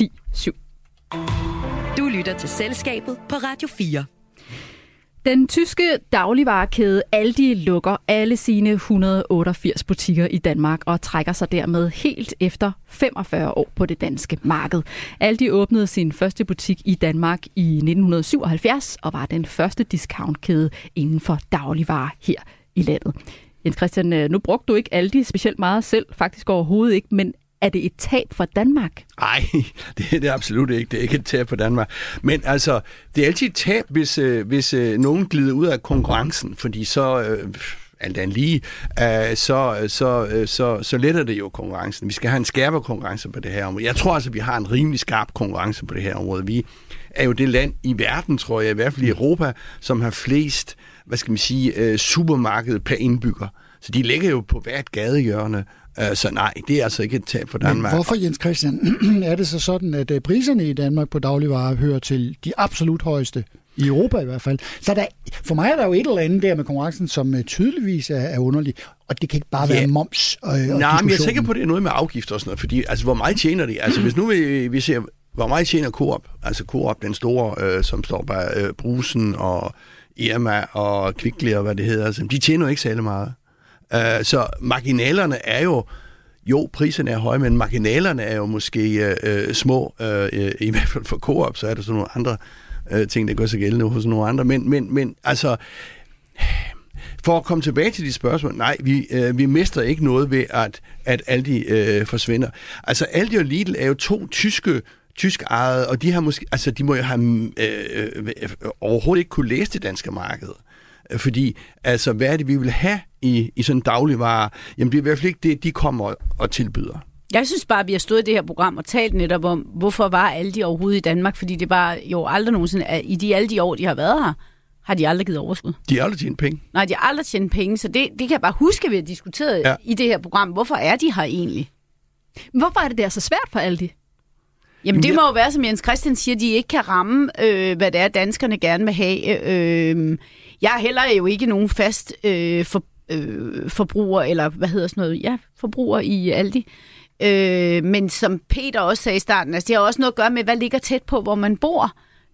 10-7. Du lytter til Selskabet på Radio 4. Den tyske dagligvarekæde Aldi lukker alle sine 188 butikker i Danmark og trækker sig dermed helt efter 45 år på det danske marked. Aldi åbnede sin første butik i Danmark i 1977 og var den første discountkæde inden for dagligvarer her i landet. Jens Christian, nu brugte du ikke Aldi specielt meget selv, faktisk overhovedet ikke, men er det et tab for Danmark? Nej, det er det absolut ikke. Det er ikke et tab for Danmark. Men altså, det er altid et tab, hvis nogen glider ud af konkurrencen, fordi så... alt andet lige, så letter det jo konkurrencen. Vi skal have en skærpere konkurrence på det her område. Jeg tror altså, vi har en rimelig skarp konkurrence på det her område. Vi er jo det land i verden, tror jeg, i hvert fald i Europa, som har flest, hvad skal man sige, supermarked per indbygger. Så de ligger jo på hvert gadehjørne. Så nej, det er altså ikke et tab for Danmark. Men hvorfor, Jens Christian, er det så sådan, at priserne i Danmark på dagligvarer hører til de absolut højeste? I Europa i hvert fald. Så for mig er der jo et eller andet der med konkurrencen, som tydeligvis er underlig, og det kan ikke bare være moms og nej, men jeg tænker på, det er noget med afgifter og sådan noget, fordi altså, hvor meget tjener de? Altså, hvis nu vi ser, hvor meget tjener Coop? Altså Coop, den store, som står bag Brugsen og Irma og Kvickly og hvad det hedder, altså, de tjener jo ikke særlig meget. Så marginalerne er jo, priserne er høje, men marginalerne er jo måske små, i hvert fald for Coop, så er der sådan nogle andre ting, der gør sig gældende hos nogle andre. Men altså, for at komme tilbage til de spørgsmål, nej, vi mister ikke noget ved, at Aldi forsvinder. Altså, Aldi og Lidl er jo to tysk ejet, og de har måske, altså de må jo have overhovedet ikke kunne læse det danske marked. Fordi, altså, hvad er det, vi vil have i sådan en dagligvare? Jamen, det er i hvert fald ikke det, de kommer og tilbyder. Jeg synes bare, at vi har stået i det her program og talt netop om, hvorfor var Aldi overhovedet i Danmark? Fordi det var jo aldrig nogensinde, i alle de år, de har været her, har de aldrig givet overskud. De har aldrig tjent penge. Nej, de har aldrig tjent penge, så det kan jeg bare huske, at vi har diskuteret i det her program. Hvorfor er de her egentlig? Hvorfor er det så svært for Aldi? Jamen det må jo være, som Jens Christian siger, de ikke kan ramme, hvad det er, danskerne gerne vil have. Jeg er heller jo ikke nogen fast forbruger, eller hvad hedder sådan noget, forbruger i Aldi. Men som Peter også sagde i starten, altså det har også noget at gøre med, hvad ligger tæt på, hvor man bor.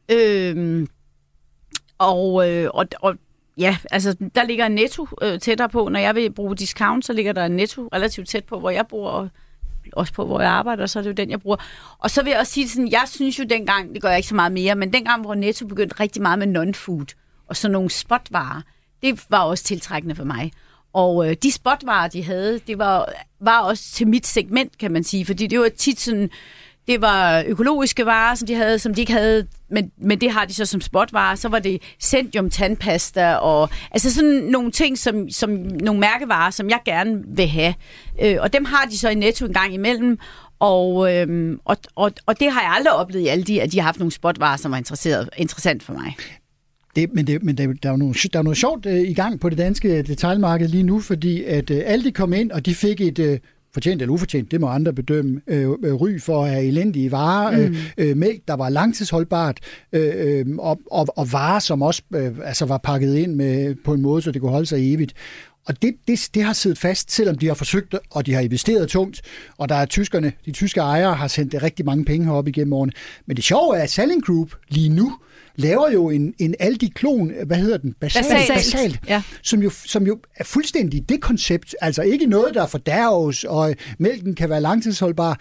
Ja, altså der ligger en Netto tættere på. Når jeg vil bruge discount, så ligger der en Netto relativt tæt på, hvor jeg bor, og også på, hvor jeg arbejder, så er det jo den, jeg bruger. Og så vil jeg også sige sådan, jeg synes jo dengang, det gør jeg ikke så meget mere, men dengang, hvor Netto begyndte rigtig meget med non-food, og sådan nogle spotvarer, det var også tiltrækkende for mig. Og de spotvarer, de havde, det var også til mit segment, kan man sige, fordi det var tit sådan, det var økologiske varer, som de ikke havde, men det har de så som spotvarer. Så var det Zendium tandpasta og altså sådan nogle ting, som nogle mærkevarer, som jeg gerne vil have. Og dem har de så i Netto en gang imellem. Og det har jeg aldrig oplevet i Aldi, at de har haft nogle spotvarer, som var interessant for mig. Men der er noget sjovt i gang på det danske detailmarked lige nu, fordi at Aldi kom ind, og de fik et fortjent eller ufortjent, det må andre bedømme, ry for at have elendige varer, mælk, der var langtidsholdbart, og varer, som også var pakket ind på en måde, så det kunne holde sig evigt. Og det har siddet fast, selvom de har forsøgt, og de har investeret tungt, og der er de tyske ejere har sendt rigtig mange penge herop igennem årene. Men det sjove er, at Salling Group lige nu laver jo en Aldi-klon, hvad hedder den? Basalt. Ja. Som jo er fuldstændig det koncept. Altså ikke noget, der fordærves, og mælken kan være langtidsholdbar.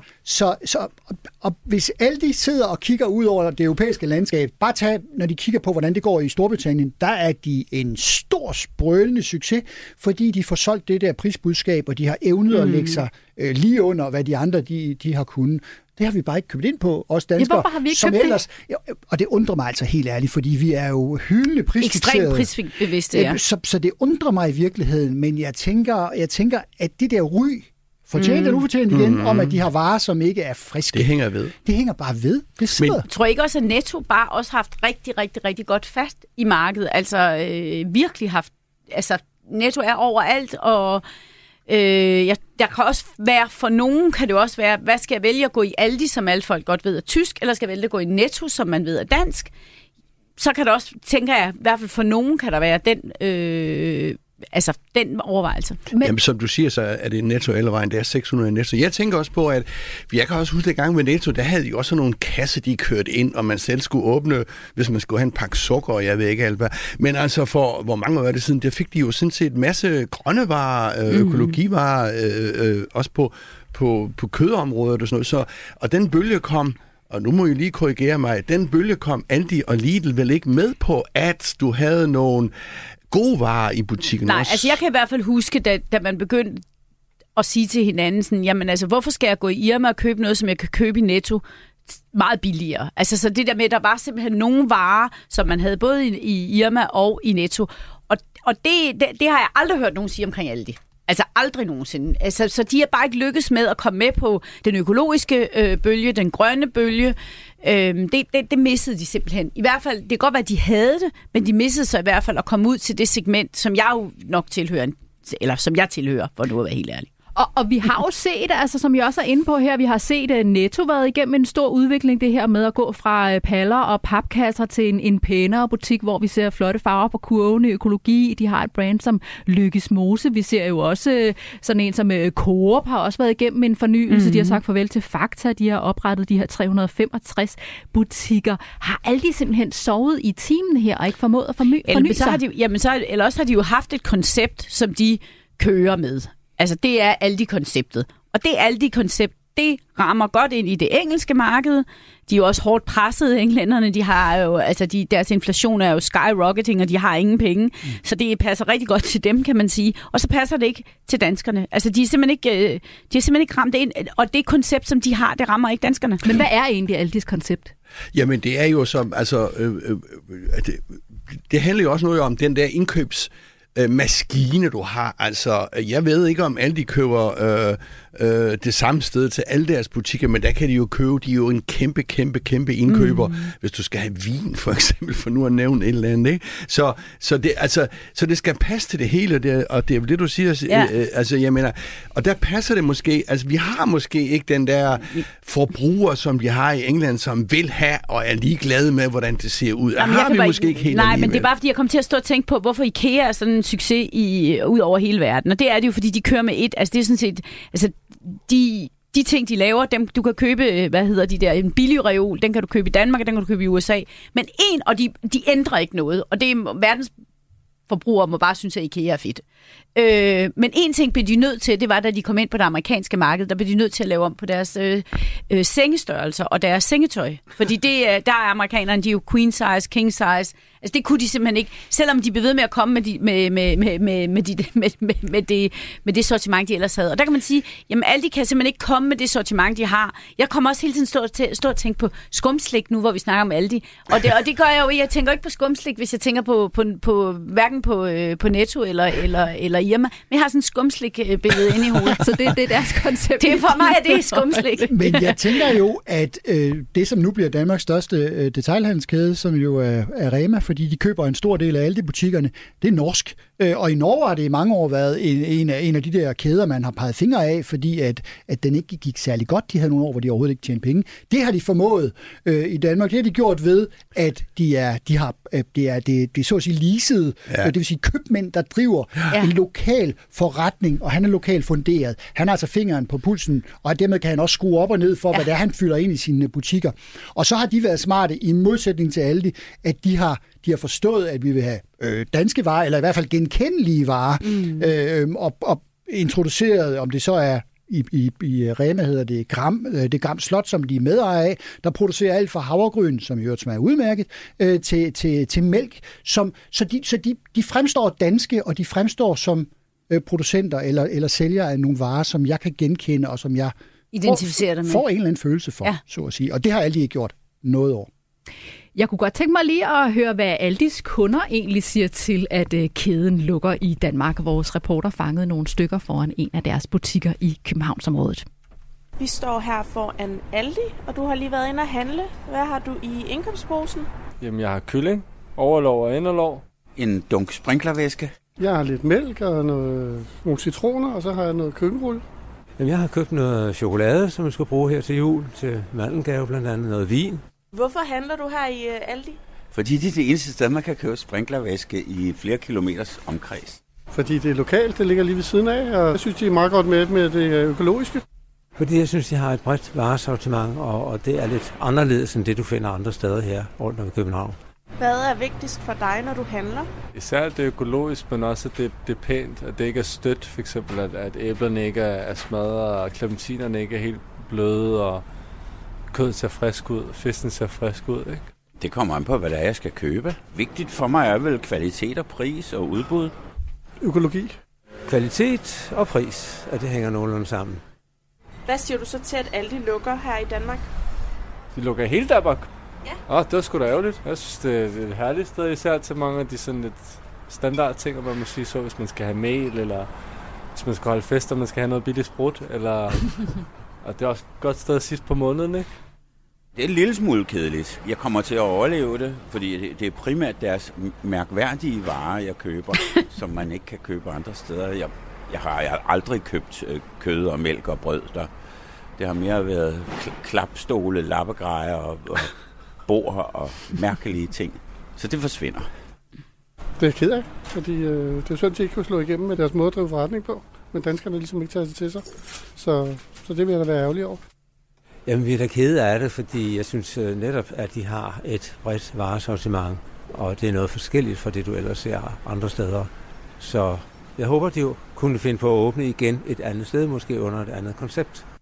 Og hvis Aldi sidder og kigger ud over det europæiske landskab, bare når de kigger på, hvordan det går i Storbritannien, der er de en stor, sprølende succes, fordi de får solgt det der prisbudskab, og de har evnet at lægge sig lige under, hvad de andre de har kunnet. Det har vi bare ikke købt ind på, os danskere. Hvorfor har vi ikke købt ellers, det? Og det undrer mig altså helt ærligt, fordi vi er jo hyldende prisfixerede. Ekstremt prisbevidste, ja. Så det undrer mig i virkeligheden, men jeg tænker at det der ry, fortjent eller ufortjent igen, om at de har varer, som ikke er friske. Det hænger ved. Det hænger bare ved. Det sidder. Men tror jeg ikke også, at Netto bare også haft rigtig, rigtig, rigtig godt fast i markedet? Altså virkelig haft... Altså Netto er overalt, og... der kan også være, for nogen kan det også være, hvad skal jeg vælge at gå i Aldi, som alle folk godt ved er tysk, eller skal jeg vælge at gå i Netto, som man ved er dansk. Så kan der også, tænker jeg, i hvert fald for nogen kan der være den overvejelse. Jamen, som du siger, så er det Netto eller vejen, det er 600 Netto. Jeg tænker også på, at jeg kan også huske, at gang med Netto, der havde de også nogle kasser, de kørte ind, og man selv skulle åbne, hvis man skulle have en pakke sukker, og jeg ved ikke alt hvad. Men altså, for hvor mange år er det siden, der fik de jo sådan set en masse grønne varer, økologivarer, også på kødområdet og sådan noget. Så, og den bølge kom, og nu må I lige korrigere mig, den bølge kom Aldi og Lidl vel ikke med på, at du havde nogle gode varer i butikken. Nej, også. altså jeg kan i hvert fald huske, da man begyndte at sige til hinanden sådan, jamen altså, hvorfor skal jeg gå i Irma og købe noget, som jeg kan købe i Netto meget billigere? Altså så det der med, der var simpelthen nogle varer, som man havde både i Irma og i Netto. Og det har jeg aldrig hørt nogen sige omkring Aldi. Altså aldrig nogensinde. Altså, så de har bare ikke lykkes med at komme med på den økologiske bølge, den grønne bølge. Det missede de simpelthen. I hvert fald, det kan godt være, at de havde det, men de missede så i hvert fald at komme ud til det segment, som jeg jo nok tilhører, eller som jeg tilhører, for nu at være helt ærlig. Og vi har jo set, altså som jeg også er inde på her, vi har set Netto været igennem en stor udvikling, det her med at gå fra paller og papkasser til en pænere butik, hvor vi ser flotte farver på kurven i økologi. De har et brand som Lykkes Mose. Vi ser jo også sådan en som Coop har også været igennem en fornyelse. De har sagt farvel til Fakta. De har oprettet de her 365 butikker. Har Aldi simpelthen sovet i timen her og ikke formået at forny sig? Eller også har de jo haft et koncept, som de kører med. Altså, det er Aldi-konceptet. Og det Aldi-koncept, det rammer godt ind i det engelske marked. de er jo også hårdt presset, englænderne. De har jo, altså deres inflation er jo skyrocketing, og de har ingen penge. Så det passer rigtig godt til dem, kan man sige. Og så passer det ikke til danskerne. Altså, de er simpelthen ikke ramt ind, og det koncept, som de har, det rammer ikke danskerne. Men hvad er egentlig Aldis koncept? Jamen, det er jo som, altså, det handler jo også noget om den der indkøbsmaskine, du har. Altså, jeg ved ikke, om Aldi køber det samme sted til alle deres butikker, men der kan de jo købe, de er jo en kæmpe indkøber, hvis du skal have vin, for eksempel, for nu at nævne et eller andet, ikke? Så det skal passe til det hele, og det er jo det, du siger, altså, jeg mener, og der passer det måske, altså, vi har måske ikke den der forbruger, som de har i England, som vil have, og er ligeglade med, hvordan det ser ud. Jamen, har vi måske ikke helt nej, alligevel. Men det er bare, fordi jeg kom til at stå og tænke på, hvorfor IKEA er sådan en succes ud over hele verden, og det er det jo, fordi de kører med altså, det er sådan set, altså, de ting, de laver, dem du kan købe, en billig reol, den kan du købe i Danmark, og den kan du købe i USA. Men de ændrer ikke noget, og det er verdens forbrugere må bare synes, at IKEA er fedt. Men en ting blev de nødt til, det var, da de kom ind på det amerikanske marked, der blev de nødt til at lave om på deres sengestørrelser og deres sengetøj. Fordi der er amerikanerne, de er jo queen size, king size. Altså det kunne de simpelthen ikke, selvom de blev ved med at komme med det sortiment, de ellers havde. Og der kan man sige, jamen Aldi kan simpelthen ikke komme med det sortiment, de har. Jeg kommer også hele tiden stå og tænke på skumslik nu, hvor vi snakker om Aldi. Og det gør jeg jo ikke. Jeg tænker ikke på skumslik, hvis jeg tænker på hverken på Netto eller Irma. Men jeg har sådan en skumslik-billede inde i hovedet. Så det er deres koncept. Det er for mig, at det er skumslik. Men jeg tænker jo, at det, som nu bliver Danmarks største detailhandelskæde, som jo er Rema, fordi de køber en stor del af alle de butikkerne, det er norsk. Og i Norge har det i mange år været en af de der kæder, man har peget fingre af, fordi at den ikke gik særlig godt. De havde nogle år, hvor de overhovedet ikke tjente penge. Det har de formået i Danmark. Det har de gjort ved, at det er så at sige leasede, det vil sige købmænd, der driver en lokal forretning, og han er lokalt funderet. Han har altså fingeren på pulsen, og dermed kan han også skrue op og ned for, hvad det er, han fylder ind i sine butikker. Og så har de været smarte i modsætning til Aldi, at de har forstået, at vi vil have danske varer, eller i hvert fald genkendelige varer, og introduceret, om det så er i Rema hedder det Gram Slot, som de er medejer af, der producerer alt fra havregryn, som i øvrigt smager udmærket, til mælk, så de fremstår danske, og de fremstår som producenter eller sælgere af nogle varer, som jeg kan genkende, og som jeg får en eller anden følelse for, så at sige. Og det har Aldi ikke gjort noget år. Jeg kunne godt tænke mig lige at høre, hvad Aldis kunder egentlig siger til, at kæden lukker i Danmark. Vores reporter fangede nogle stykker foran en af deres butikker i Københavnsområdet. Vi står her foran Aldi, og du har lige været inde og handle. Hvad har du i indkøbsposen? Jamen, jeg har kylling, overlov og inderlov. En dunk sprinklervæske. Jeg har lidt mælk og nogle citroner, og så har jeg noget køkkenrulle. Jamen, jeg har købt noget chokolade, som jeg skal bruge her til jul, til mandelgave blandt andet, noget vin. Hvorfor handler du her i Aldi? Fordi det er det eneste sted, man kan købe sprinklervæske i flere kilometers omkreds. Fordi det er lokalt, det ligger lige ved siden af, og jeg synes, de er meget godt med det økologiske. Fordi jeg synes, de har et bredt varesortiment, og det er lidt anderledes end det, du finder andre steder her rundt om København. Hvad er vigtigst for dig, når du handler? Især det økologisk, men også at det er pænt, at det ikke er stødt. For eksempel, at æblerne ikke er smadret, og clementinerne ikke er helt bløde, og kødet ser frisk ud, fisken ser frisk ud, ikke? Det kommer an på, hvad det er, jeg skal købe. Vigtigt for mig er vel kvalitet og pris og udbud. Økologi. Kvalitet og pris, at det hænger nogenlunde sammen. Hvad siger du så til, at Aldi lukker her i Danmark? De lukker hele Danmark? Ja. Det var sgu da ærgerligt. Jeg synes, det er et herligt sted, især til mange af de sådan lidt standard ting, og man må sige så, hvis man skal have mel, eller hvis man skal holde fester, man skal have noget billigt sprut, eller... Og det er også et godt sted sidst på måneden, ikke? Det er en lille smule kedeligt. Jeg kommer til at overleve det, fordi det er primært deres mærkværdige varer, jeg køber, som man ikke kan købe andre steder. Jeg har aldrig købt kød og mælk og brød der. Det har mere været klapstole, lappegrejer og bord og mærkelige ting. Så det forsvinder. Det er ked af, fordi det er sådan, at de ikke kunne slå igennem med deres måde at drive forretning på. Men danskerne ligesom ikke tager det til sig. Så det vil jeg da være ærgerlig over. Jamen, vi er da kede af det, fordi jeg synes netop, at de har et bredt varesortiment, og det er noget forskelligt fra det, du ellers ser andre steder. Så jeg håber, de jo kunne finde på at åbne igen et andet sted, måske under et andet koncept.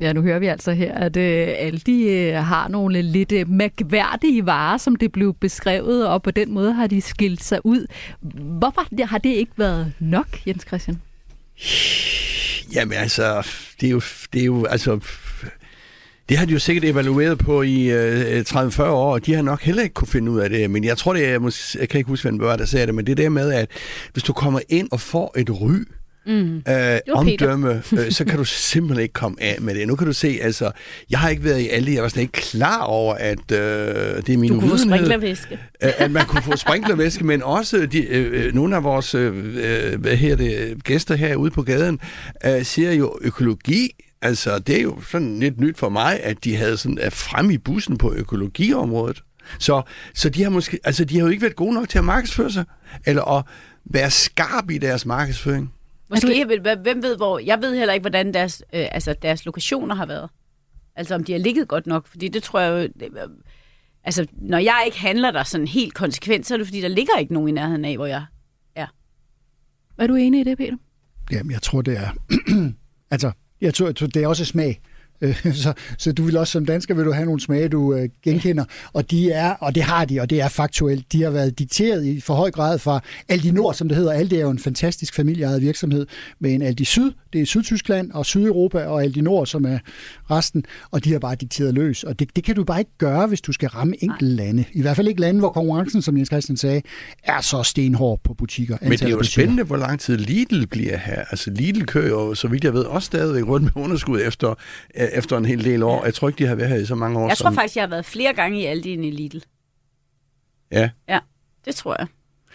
Ja, nu hører vi altså her, at Aldi har nogle lidt mærkværdige varer, som det blev beskrevet, og på den måde har de skilt sig ud. Hvorfor har det ikke været nok, Jens Christian? Jamen altså, det er jo altså... Det har de jo sikkert evalueret på i 30-40 år, og de har nok heller ikke kunne finde ud af det. Men jeg tror, jeg kan ikke huske, hvem det var, der sagde det, men det der med, at hvis du kommer ind og får et ry, omdømme, så kan du simpelthen ikke komme af med det. Nu kan du se, altså, jeg har ikke været i Aldi, jeg var slet ikke klar over, at det er min uvidenhed. Du kunne få sprinklervæske. At man kunne få sprinklervæske, men også nogle af vores gæster herude på gaden siger jo økologi. Altså, det er jo sådan lidt nyt for mig, at de havde sådan frem i bussen på økologiområdet. Så de har måske, altså de har jo ikke været gode nok til at markedsføre sig, eller at være skarp i deres markedsføring. Måske, hvem ved hvor? Jeg ved heller ikke, hvordan deres lokationer har været. Altså, om de har ligget godt nok, fordi det tror jeg jo... Altså, når jeg ikke handler der sådan helt konsekvent, så er det, fordi der ligger ikke nogen i nærheden af, hvor jeg er. Er du enig i det, Peter? Jamen, jeg tror, det er... altså, jeg tror, det er også smag. Så du vil også som dansker vil du have nogle smage, du genkender, og det har de, og det er faktuelt. De har været dikteret i for høj grad fra Aldi Nord, som det hedder. Aldi er jo en fantastisk familieejet virksomhed med en Aldi Syd, det er Sydtyskland og Sydeuropa, og Aldi Nord, som er resten, og de har bare dikteret løs. Og det kan du bare ikke gøre, hvis du skal ramme enkelte lande. I hvert fald ikke lande, hvor konkurrencen, som Jens Christian sagde, er så stenhård på butikker. Men det er jo spændende, hvor lang tid Lidl bliver her. Altså Lidl kører jo, så vidt jeg ved, også stadigvæk rundt med underskud efter en hel del år. Ja. Jeg tror ikke, de har været her i så mange år. Jeg tror faktisk, jeg har været flere gange i Aldi end i Lidl. Ja. Ja, det tror jeg.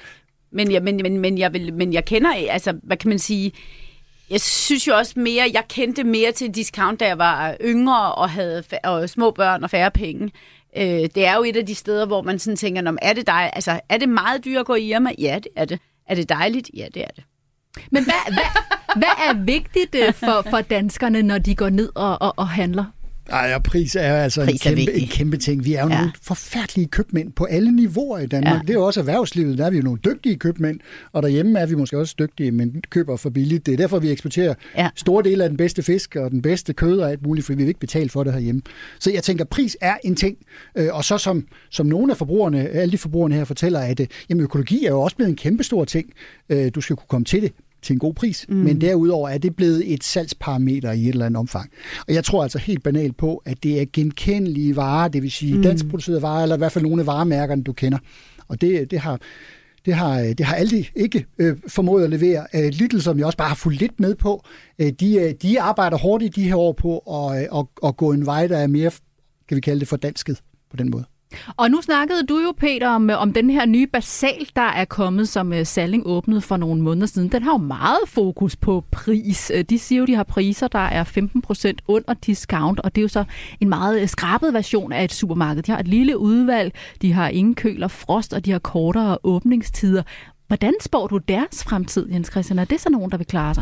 Men jeg kender, altså, hvad kan man sige... Jeg synes jo også mere, jeg kendte mere til discount, da jeg var yngre og havde små børn og færre penge. Det er jo et af de steder, hvor man sådan tænker, er det meget dyrt at gå i Irma? Ja, det er det. Er det dejligt? Ja, det er det. Men hvad er vigtigt for danskerne, når de går ned og handler? Ej, og pris er altså en kæmpe ting. Vi er jo nogle forfærdelige købmænd på alle niveauer i Danmark. Ja. Det er jo også erhvervslivet. Der er vi jo nogle dygtige købmænd, og derhjemme er vi måske også dygtige, men køber for billigt. Det er derfor, vi eksporterer store dele af den bedste fisk og den bedste kød og alt muligt, fordi vi vil ikke betale for det herhjemme. Så jeg tænker, pris er en ting. Og så som nogle af forbrugerne, alle de forbrugerne her fortæller, at jamen, økologi er jo også blevet en kæmpe stor ting. Du skal kunne komme til det til en god pris, men derudover er det blevet et salgsparameter i et eller andet omfang. Og jeg tror altså helt banalt på, at det er genkendelige varer, det vil sige danskproducerede varer, eller i hvert fald nogle af varemærkerne, du kender. Og det har Aldi ikke formået at levere. Lidl, som jeg også bare har fulgt lidt med på, de arbejder hårdt i de her år på at gå en vej, der er mere, kan vi kalde det, fordansket på den måde. Og nu snakkede du jo, Peter, om den her nye Basal, der er kommet, som Salling åbnede for nogle måneder siden. Den har jo meget fokus på pris. De siger jo, de har priser, der er 15% under discount, og det er jo så en meget skrabet version af et supermarked. De har et lille udvalg, de har ingen køl og frost, og de har kortere åbningstider. Hvordan spår du deres fremtid, Jens Christian? Er det så nogen, der vil klare sig?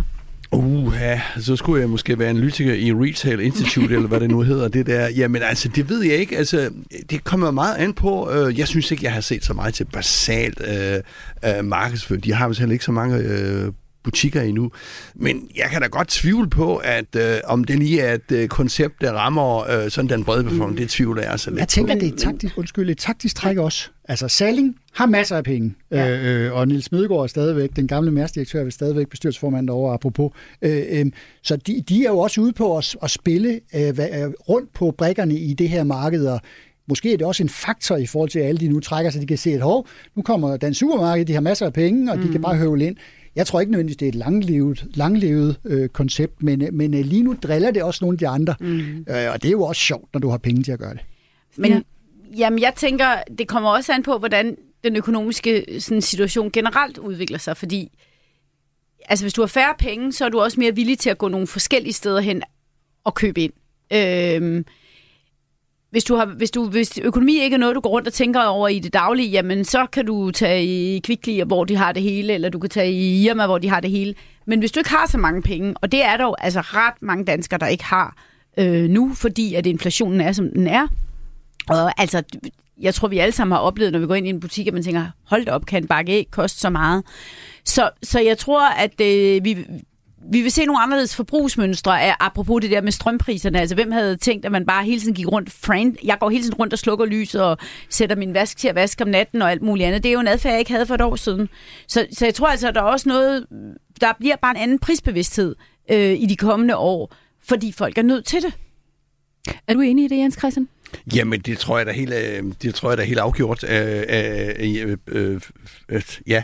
Så skulle jeg måske være analytiker i Retail Institute, eller hvad det nu hedder, det der. Jamen altså, det ved jeg ikke. Altså, det kommer meget an på. Jeg synes ikke, jeg har set så meget til basalt markedsføring. De har vist heller ikke så mange butikker endnu. Men jeg kan da godt tvivle på, at om det lige er et koncept, der rammer sådan den brede befolkning, det tvivler jeg altså lidt. Jeg tænker, det er et taktisk træk også. Altså, Salling har masser af penge, og Niels Smedegaard er stadigvæk, den gamle Mærsk-direktør, er stadigvæk bestyrelsesformand derovre, apropos. Så de er jo også ude på at spille rundt på brikkerne i det her marked, og måske er det også en faktor i forhold til, at alle de nu trækker, så de kan se, at nu kommer den supermarked, de har masser af penge, og de kan bare høvle ind. Jeg tror ikke nødvendigvis, det er et langlevet koncept, men lige nu driller det også nogle af de andre, og det er jo også sjovt, når du har penge til at gøre det. Men jamen, jeg tænker, det kommer også an på, hvordan den økonomiske sådan, situation generelt udvikler sig, fordi altså, hvis du har færre penge, så er du også mere villig til at gå nogle forskellige steder hen og købe ind. Hvis økonomi ikke er noget, du går rundt og tænker over i det daglige, jamen så kan du tage i Kvickly, hvor de har det hele, eller du kan tage i Irma, hvor de har det hele. Men hvis du ikke har så mange penge, og det er der jo altså ret mange danskere, der ikke har nu, fordi at inflationen er, som den er. Og altså, jeg tror, vi alle sammen har oplevet, når vi går ind i en butik, at man tænker, hold da op, kan en bakke æg koste så meget? Så jeg tror, at vi vil se nogle anderledes forbrugsmønstre, apropos det der med strømpriserne. Altså, hvem havde tænkt, at man bare hele tiden gik rundt? Jeg går hele tiden rundt og slukker lyset og sætter min vask til at vaske om natten og alt muligt andet. Det er jo en adfærd, jeg ikke havde for et år siden. Så jeg tror altså, at der er også noget... Der bliver bare en anden prisbevidsthed i de kommende år, fordi folk er nødt til det. Er du enig i det, Jens Christian? Jamen, det tror jeg da helt afgjort. Ja.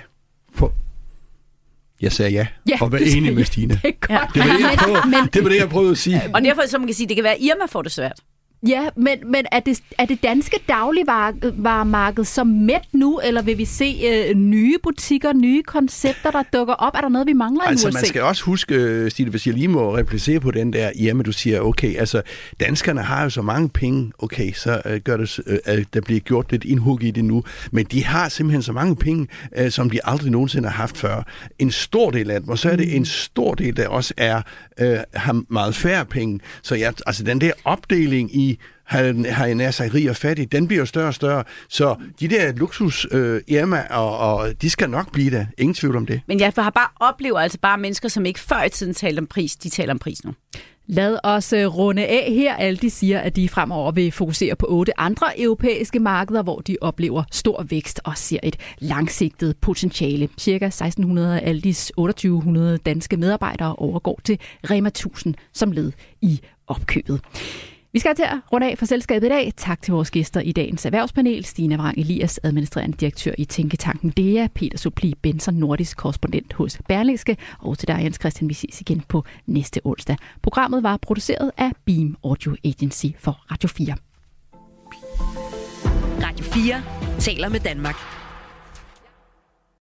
Jeg sagde ja, og var enig med Stine. Det er godt. Det var det, jeg prøvede at sige. Og derfor, så man kan sige, det kan være, at Irma får det svært. Ja, men er det danske dagligvaremarked så mæt nu, eller vil vi se nye butikker, nye koncepter, der dukker op? Er der noget, vi mangler i USA? Altså, man skal også huske, Stine, hvis jeg lige må replicere på den der, jamen du siger, okay, altså, danskerne har jo så mange penge, okay, så gør det, der bliver gjort lidt indhug i det nu, men de har simpelthen så mange penge, som de aldrig nogensinde har haft før. En stor del af dem, og så er det en stor del, der også har meget færre penge. Så altså, den der opdeling i har jeg nær sig rig og fattig, den bliver jo større og større. Så de der luksus Irma, og de skal nok blive der. Ingen tvivl om det. Men jeg har bare oplevet altså bare mennesker, som ikke før i tiden talte om pris, de taler om pris nu. Lad os runde af her. Aldi siger, at de fremover vil fokusere på 8 andre europæiske markeder, hvor de oplever stor vækst og ser et langsigtet potentiale. Cirka 1600 af Aldis 2800 danske medarbejdere overgår til Rema 1000 som led i opkøbet. Vi skal til at runde af for selskabet i dag. Tak til vores gæster i dagens erhvervspanel. Stine Vrang Elias, administrerende direktør i Tænketanken DEA, Peter Suppli Benson, nordisk korrespondent hos Berlingske, og til dig, Jens Christian. Vi ses igen på næste onsdag. Programmet var produceret af Beam Audio Agency for Radio 4. Radio 4 taler med Danmark.